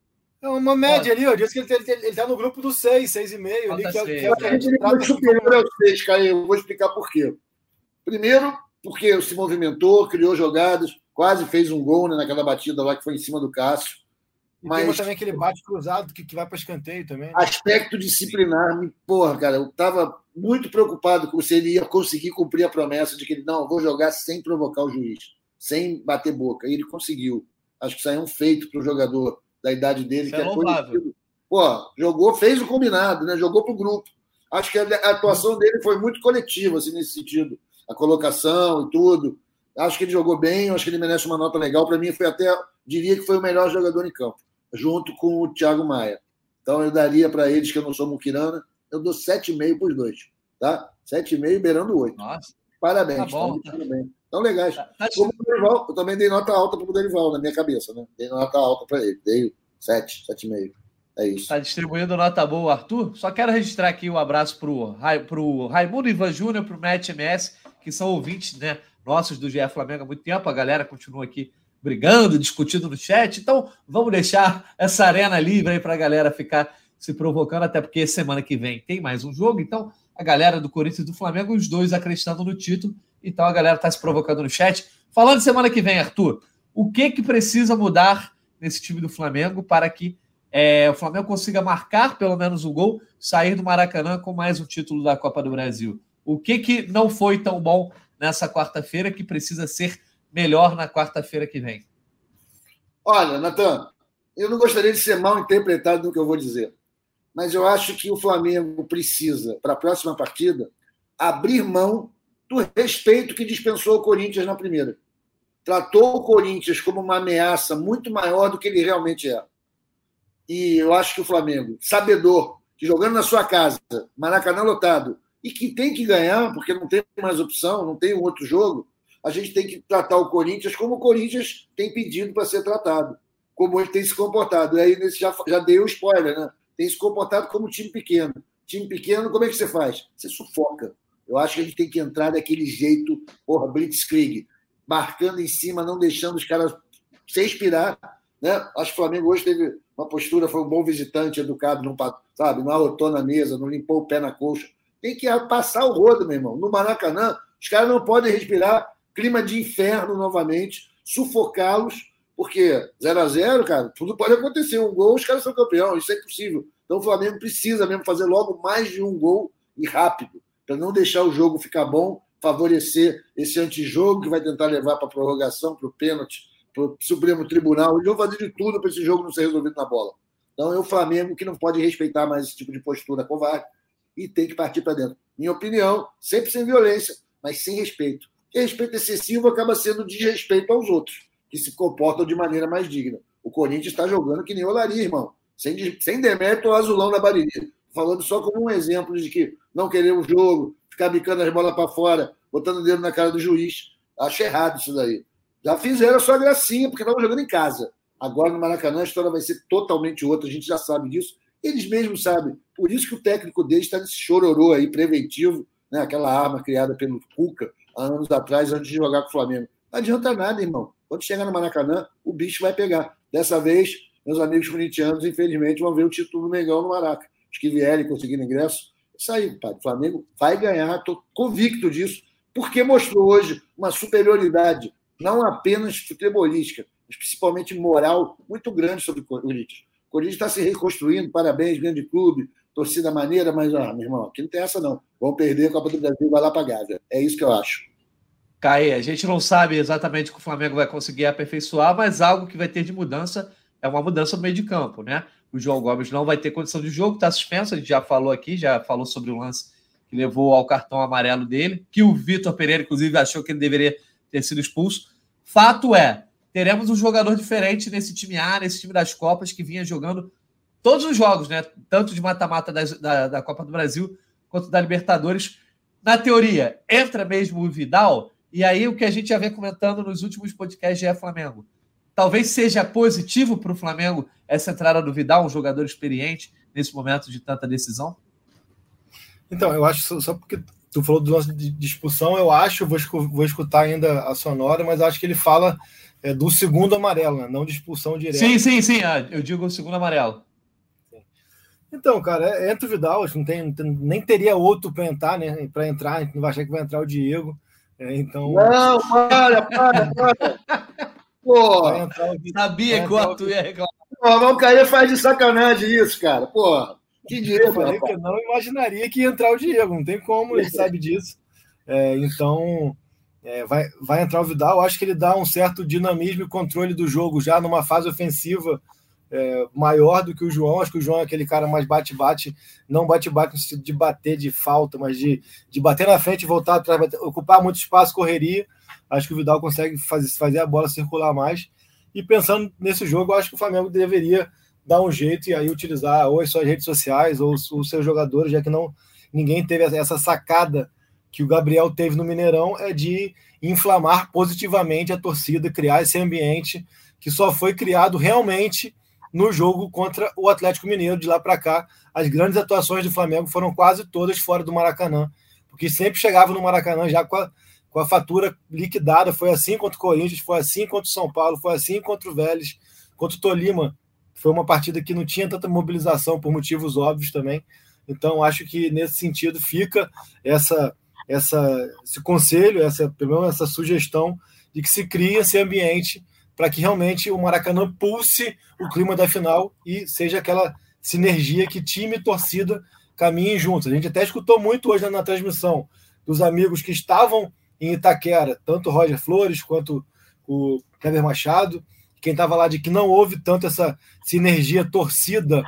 É uma média ali, eu disse que ele, ele, ele tá no grupo do seis, seis e meio. Ali, que, seis, que, que a gente ele foi superior ao seis, Caê. Eu vou explicar por quê. Primeiro, porque se movimentou, criou jogadas, quase fez um gol, né, naquela batida lá que foi em cima do Cássio. E mas tem também aquele bate cruzado que, que vai para escanteio também. Né? Aspecto disciplinar, porra, cara, eu estava muito preocupado com se ele ia conseguir cumprir a promessa de que ele, não, eu vou jogar sem provocar o juiz, sem bater boca. E ele conseguiu. Acho que isso aí é um feito para o jogador da idade dele. Isso que é é louvável. Pô, jogou, fez o combinado, né? Jogou para o grupo. Acho que a atuação dele foi muito coletiva, assim, nesse sentido. A colocação e tudo. Acho que ele jogou bem, acho que ele merece uma nota legal. Para mim, foi até, diria que foi o melhor jogador em campo, junto com o Thiago Maia. Então, eu daria para eles, que eu não sou muquirana, eu dou sete vírgula cinco para os dois. Tá? sete vírgula cinco beirando oito. Nossa. Parabéns. Tá bom. Tá bem. Então, legais. Tá, tá Como o Dorival, eu também dei nota alta para o Dorival, na minha cabeça. Né? Dei nota alta para ele. Dei sete, sete vírgula cinco. É isso. Está distribuindo nota boa, Arthur. Só quero registrar aqui um abraço para o Raimundo Ivan Júnior, para o Matt M S, que são ouvintes, né, nossos do G E Flamengo há muito tempo. A galera continua aqui brigando, discutindo no chat. Então, vamos deixar essa arena livre aí para a galera ficar se provocando, até porque semana que vem tem mais um jogo. Então, a galera do Corinthians e do Flamengo, os dois acreditando no título. Então, a galera está se provocando no chat. Falando de semana que vem, Arthur, o que, que precisa mudar nesse time do Flamengo para que É, o Flamengo consiga marcar pelo menos um gol, sair do Maracanã com mais um título da Copa do Brasil? O que, que não foi tão bom nessa quarta-feira que precisa ser melhor na quarta-feira que vem? Olha, Natan, eu não gostaria de ser mal interpretado no que eu vou dizer, mas eu acho que o Flamengo precisa, para a próxima partida, abrir mão do respeito que dispensou o Corinthians na primeira. Tratou o Corinthians como uma ameaça muito maior do que ele realmente é. E eu acho que o Flamengo, sabedor, que jogando na sua casa, Maracanã lotado, e que tem que ganhar, porque não tem mais opção, não tem um outro jogo, a gente tem que tratar o Corinthians como o Corinthians tem pedido para ser tratado, como ele tem se comportado. E aí nesse já, já dei o spoiler, né? Tem se comportado como time pequeno. Time pequeno, como é que você faz? Você sufoca. Eu acho que a gente tem que entrar daquele jeito, porra, blitzkrieg, marcando em cima, não deixando os caras se inspirar, né? Acho que o Flamengo hoje teve uma postura, foi um bom visitante, educado, não, sabe, não arrotou na mesa, não limpou o pé na coxa. Tem que passar o rodo, meu irmão. No Maracanã, os caras não podem respirar, clima de inferno novamente, sufocá-los, porque zero a zero, cara, tudo pode acontecer. Um gol, os caras são campeão, isso é impossível. Então o Flamengo precisa mesmo fazer logo mais de um gol e rápido, para não deixar o jogo ficar bom, favorecer esse antijogo que vai tentar levar para a prorrogação, para o pênalti, para o Supremo Tribunal. Eles vão fazer de tudo para esse jogo não ser resolvido na bola. Então é o Flamengo que não pode respeitar mais esse tipo de postura covarde e tem que partir para dentro. Minha opinião, sempre sem violência, mas sem respeito. Porque respeito excessivo acaba sendo desrespeito aos outros, que se comportam de maneira mais digna. O Corinthians está jogando que nem olaria, irmão. Sem, sem demérito ao azulão da Bariri. Falando só como um exemplo de que não querer o jogo, ficar bicando as bolas para fora, botando o dedo na cara do juiz. Acho errado isso daí. Já fizeram a sua gracinha, porque estavam jogando em casa. Agora, no Maracanã, a história vai ser totalmente outra. A gente já sabe disso. Eles mesmos sabem. Por isso que o técnico deles está nesse chororô aí, preventivo, né? Aquela arma criada pelo Cuca há anos atrás, antes de jogar com o Flamengo. Não adianta nada, irmão. Quando chegar no Maracanã, o bicho vai pegar. Dessa vez, meus amigos corintianos, infelizmente, vão ver o título do Mengão no Maraca. Os que vierem conseguindo ingresso, isso aí, pai. O Flamengo vai ganhar, estou convicto disso, porque mostrou hoje uma superioridade, não apenas futebolística, mas principalmente moral, muito grande sobre o Corinthians. O Corinthians está se reconstruindo, parabéns, grande clube, torcida maneira, mas, ó, meu irmão, aqui não tem essa não. Vão perder a Copa do Brasil, vai lá para Gávea. É isso que eu acho. Caê, a gente não sabe exatamente o que o Flamengo vai conseguir aperfeiçoar, mas algo que vai ter de mudança é uma mudança no meio de campo, né? O João Gomes não vai ter condição de jogo, está suspenso, a gente já falou aqui, já falou sobre o lance que levou ao cartão amarelo dele, que o Vitor Pereira, inclusive, achou que ele deveria ter sido expulso. Fato é, teremos um jogador diferente nesse time A, nesse time das Copas, que vinha jogando todos os jogos, né? Tanto de mata-mata da, da Copa do Brasil quanto da Libertadores. Na teoria, entra mesmo o Vidal, e aí o que a gente já vem comentando nos últimos podcasts é Flamengo. Talvez seja positivo para o Flamengo essa entrada do Vidal, um jogador experiente nesse momento de tanta decisão? Então, eu acho, só porque tu falou do lance de expulsão, eu acho, vou, vou escutar ainda a sonora, mas acho que ele fala é, do segundo amarelo, né? Não de expulsão direta. Sim, sim, sim, eu digo o segundo amarelo. Então, cara, entra o Vidal, não tem, nem teria outro para entrar, né? Para entrar, a gente não vai achar que vai entrar o Diego. É, então... Não, para, para, para. Pô, sabia que o Arthur ia reclamar. Pô, o Valcaia faz de sacanagem isso, cara. Pô, que Diego. Eu falei que eu não imaginaria que ia entrar o Diego, não tem como, ele sabe disso. É, então, é, vai, vai entrar o Vidal. Eu acho que ele dá um certo dinamismo e controle do jogo já numa fase ofensiva é, maior do que o João. Acho que o João é aquele cara mais bate-bate, não bate-bate no sentido de bater de falta, mas de, de bater na frente e voltar atrás, bater, ocupar muito espaço, correria. Acho que o Vidal consegue fazer, fazer a bola circular mais. E pensando nesse jogo, eu acho que o Flamengo deveria dar um jeito e aí utilizar ou as suas redes sociais ou os, os seus jogadores, já que não, ninguém teve essa sacada que o Gabriel teve no Mineirão, é de inflamar positivamente a torcida, criar esse ambiente que só foi criado realmente no jogo contra o Atlético Mineiro. De lá para cá, as grandes atuações do Flamengo foram quase todas fora do Maracanã, porque sempre chegava no Maracanã já com a com a fatura liquidada. Foi assim contra o Corinthians, foi assim contra o São Paulo, foi assim contra o Vélez, contra o Tolima. Foi uma partida que não tinha tanta mobilização por motivos óbvios também. Então, acho que nesse sentido fica essa, essa, esse conselho, essa, pelo menos essa sugestão de que se crie esse ambiente para que realmente o Maracanã pulse o clima da final e seja aquela sinergia que time e torcida caminhem juntos. A gente até escutou muito hoje na transmissão dos amigos que estavam em Itaquera, tanto o Roger Flores quanto o Kleber Machado, quem estava lá, de que não houve tanto essa sinergia torcida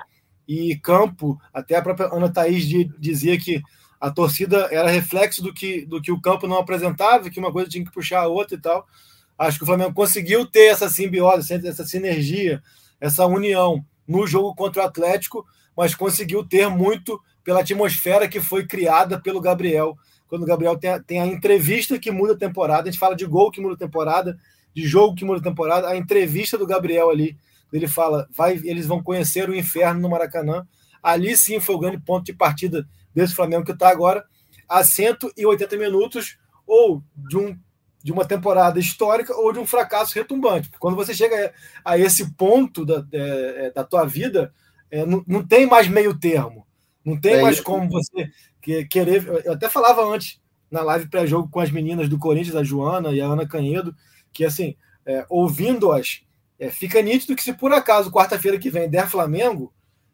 e campo. Até a própria Ana Thaís dizia que a torcida era reflexo do que, do que o campo não apresentava, que uma coisa tinha que puxar a outra e tal. Acho que o Flamengo conseguiu ter essa simbiose, essa sinergia, essa união no jogo contra o Atlético, mas conseguiu ter muito pela atmosfera que foi criada pelo Gabriel. Quando o Gabriel tem a, tem a entrevista que muda a temporada, a gente fala de gol que muda a temporada, de jogo que muda a temporada, a entrevista do Gabriel ali, ele fala, vai, eles vão conhecer o inferno no Maracanã. Ali sim foi o grande ponto de partida desse Flamengo que está agora a cento e oitenta minutos, ou de, um, de uma temporada histórica, ou de um fracasso retumbante. Porque quando você chega a esse ponto da, é, da tua vida, é, não, não tem mais meio termo. Não tem é mais isso. Como você querer... Eu até falava antes, na live pré-jogo com as meninas do Corinthians, a Joana e a Ana Canhedo, que assim, é, ouvindo-as, é, fica nítido que se por acaso, quarta-feira que vem, der Flamengo,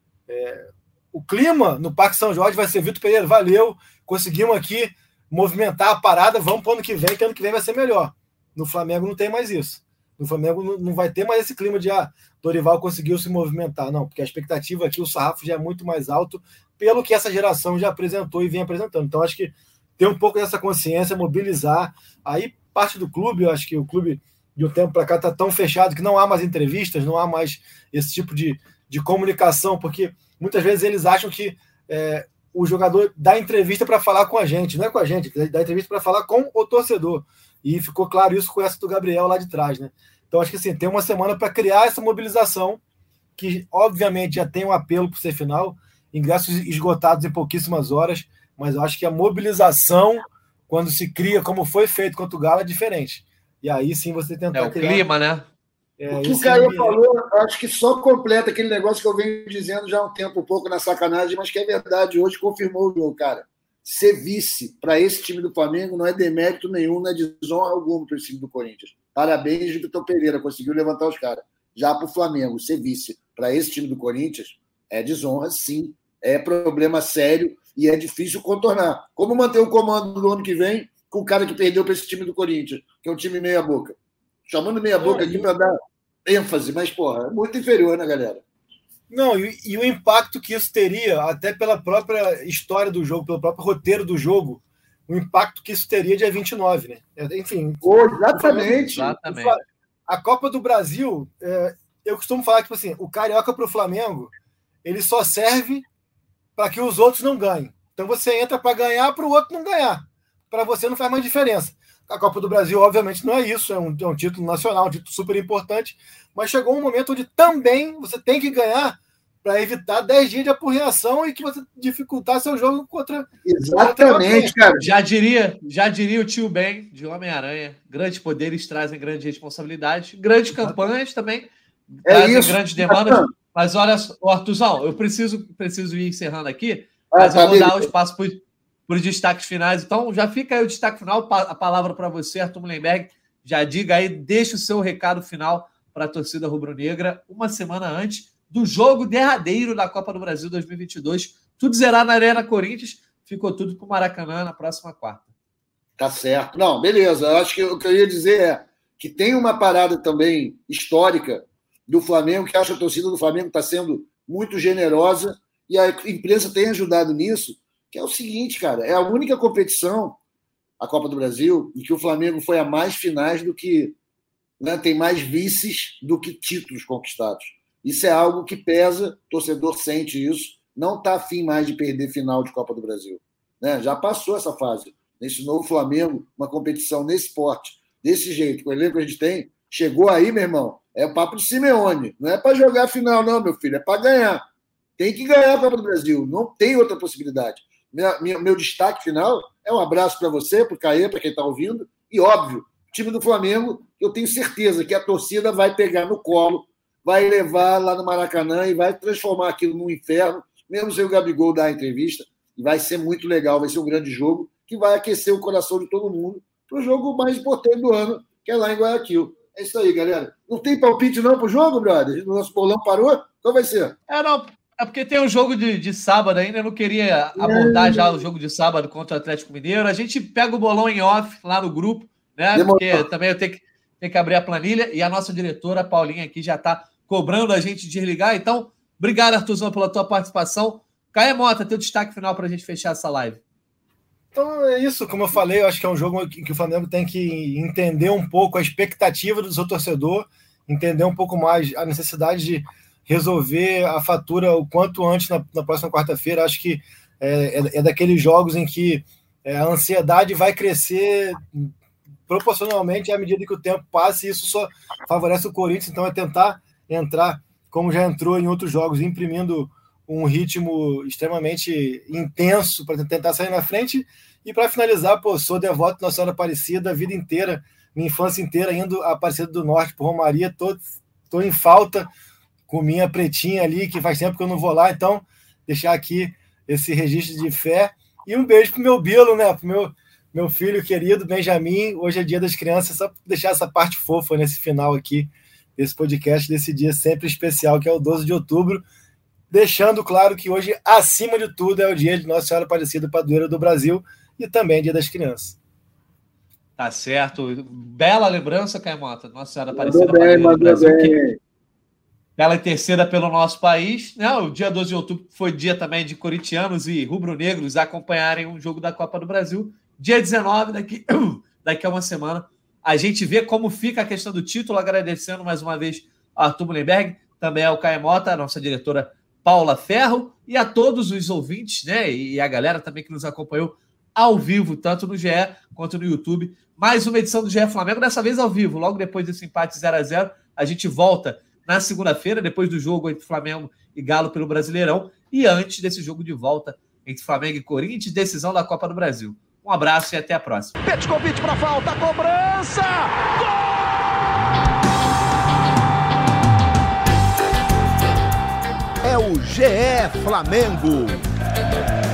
é, o clima no Parque São Jorge vai ser Vitor Pereira, valeu, conseguimos aqui movimentar a parada, vamos para o ano que vem, que ano que vem vai ser melhor. No Flamengo não tem mais isso. No Flamengo não, não vai ter mais esse clima de ah, Dorival conseguiu se movimentar. Não, porque a expectativa aqui, o sarrafo já é muito mais alto pelo que essa geração já apresentou e vem apresentando. Então, acho que ter um pouco dessa consciência, mobilizar. Aí, parte do clube, eu acho que o clube, de um tempo para cá, está tão fechado que não há mais entrevistas, não há mais esse tipo de, de comunicação, porque muitas vezes eles acham que é, o jogador dá entrevista para falar com a gente, não é com a gente, dá entrevista para falar com o torcedor. E ficou claro isso com essa do Gabriel lá de trás, né? Então, acho que assim, tem uma semana para criar essa mobilização, que obviamente já tem um apelo para ser final, ingressos esgotados em pouquíssimas horas, mas eu acho que a mobilização, quando se cria, como foi feito contra o Galo, é diferente. E aí sim você tentar é o criar... clima, né? É, o que o Caio falou, acho que só completa aquele negócio que eu venho dizendo já há um tempo, um pouco na sacanagem, mas que é verdade. Hoje confirmou o jogo, cara. Ser vice para esse time do Flamengo não é demérito nenhum, não é desonra alguma para esse time do Corinthians. Parabéns, Vitor Pereira, conseguiu levantar os caras. Já para o Flamengo, ser vice para esse time do Corinthians é desonra, sim. É problema sério e é difícil contornar. Como manter o comando do ano que vem com o cara que perdeu para esse time do Corinthians, que é um time meia-boca? Chamando meia-boca aqui para dar ênfase, mas, porra, é muito inferior, né, galera? Não, e, e o impacto que isso teria, até pela própria história do jogo, pelo próprio roteiro do jogo, o impacto que isso teria dia vinte e nove, né? Enfim. Oh, exatamente. exatamente. A Copa do Brasil, é, eu costumo falar que, tipo assim, o Carioca para o Flamengo, ele só serve para que os outros não ganhem. Então você entra para ganhar, para o outro não ganhar. Para você não faz mais diferença. A Copa do Brasil, obviamente, não é isso, é um, é um título nacional, um título super importante, mas chegou um momento onde também você tem que ganhar para evitar dez dias de apurreação e que você dificultar seu jogo contra... Exatamente, contra cara. Já diria, já diria o tio Ben, de Homem-Aranha, grandes poderes trazem grande responsabilidade, grandes campanhas também é trazem isso. grandes demandas, mas olha, Artuzão, eu preciso, preciso ir encerrando aqui, ah, mas tá eu vou bem. dar o espaço para os destaques finais, então já fica aí o destaque final, a palavra para você, Arthur Mullenberg, já diga aí, deixa o seu recado final para a torcida rubro-negra, uma semana antes do jogo derradeiro da Copa do Brasil dois mil e vinte e dois. Tudo zerar na Arena Corinthians, ficou tudo para o Maracanã na próxima quarta. Tá certo. Não, beleza. Eu acho que o que eu ia dizer é que tem uma parada também histórica do Flamengo, que acho que a torcida do Flamengo está sendo muito generosa e a imprensa tem ajudado nisso, que é o seguinte, cara, é a única competição, a Copa do Brasil, em que o Flamengo foi a mais finais do que... Né, tem mais vices do que títulos conquistados. Isso é algo que pesa, o torcedor sente isso, não está afim mais de perder final de Copa do Brasil. Né? Já passou essa fase. Nesse novo Flamengo, uma competição nesse porte, desse jeito, com o elenco que a gente tem, chegou aí, meu irmão, é o papo de Simeone. Não é para jogar final, não, meu filho, é para ganhar. Tem que ganhar a Copa do Brasil, não tem outra possibilidade. Minha, minha, meu destaque final é um abraço para você, para o Caê, para quem está ouvindo, e óbvio, time do Flamengo, eu tenho certeza que a torcida vai pegar no colo, vai levar lá no Maracanã e vai transformar aquilo num inferno, mesmo sem o Gabigol dar a entrevista, e vai ser muito legal, vai ser um grande jogo, que vai aquecer o coração de todo mundo para o jogo mais importante do ano, que é lá em Guayaquil. É isso aí, galera. Não tem palpite não pro jogo, brother? O nosso bolão parou? Qual vai ser? É, não, é porque tem um jogo de, de sábado ainda, eu não queria abordar é. já o jogo de sábado contra o Atlético Mineiro, a gente pega o bolão em off lá no grupo, né? Demorou. Porque também eu tenho que, tenho que abrir a planilha e a nossa diretora, a Paulinha, aqui já está cobrando a gente desligar. Então, Obrigado, Arthurzão, pela tua participação. Caê Mota, teu destaque final para a gente fechar essa live. Então é isso, como eu falei, eu acho que é um jogo que o Flamengo tem que entender um pouco a expectativa do seu torcedor, entender um pouco mais a necessidade de resolver a fatura o quanto antes na, na próxima quarta-feira. Acho que é, é, é daqueles jogos em que é, a ansiedade vai crescer proporcionalmente à medida que o tempo passa, e isso só favorece o Corinthians. Então é tentar entrar, como já entrou em outros jogos, imprimindo um ritmo extremamente intenso para tentar sair na frente. E para finalizar, pô, sou devoto de Nossa Senhora Aparecida a vida inteira, minha infância inteira indo a Aparecida do Norte por Romaria, tô, tô em falta com minha pretinha ali, que faz tempo que eu não vou lá. Então, deixar aqui esse registro de fé e um beijo pro meu Bilo, né, pro meu, meu filho querido Benjamin. Hoje é dia das crianças, só para deixar essa parte fofa nesse final aqui desse podcast, desse dia sempre especial, que é o doze de outubro, deixando claro que hoje, acima de tudo, é o dia de Nossa Senhora Aparecida, padroeira do Brasil, e também dia das crianças. Tá certo. Bela lembrança, Caê Mota. Nossa Senhora Aparecida, mandou bem, mandou Brasil, bem. que... Ela é terceira pelo nosso país. Não, o dia doze de outubro foi dia também de corintianos e rubro-negros acompanharem um jogo da Copa do Brasil. Dia dezenove, daqui, daqui a uma semana, a gente vê como fica a questão do título, agradecendo mais uma vez a Arthur Mullenberg, também ao Caê Mota, a nossa diretora Paula Ferro, e a todos os ouvintes, né, e a galera também que nos acompanhou ao vivo, tanto no G E quanto no YouTube. Mais uma edição do G E Flamengo, dessa vez ao vivo, logo depois desse empate zero a zero. A gente volta na segunda-feira, depois do jogo entre Flamengo e Galo pelo Brasileirão, e antes desse jogo de volta entre Flamengo e Corinthians, decisão da Copa do Brasil. Um abraço e até a próxima. Petkovic para falta, cobrança! Gol! É o G E Flamengo.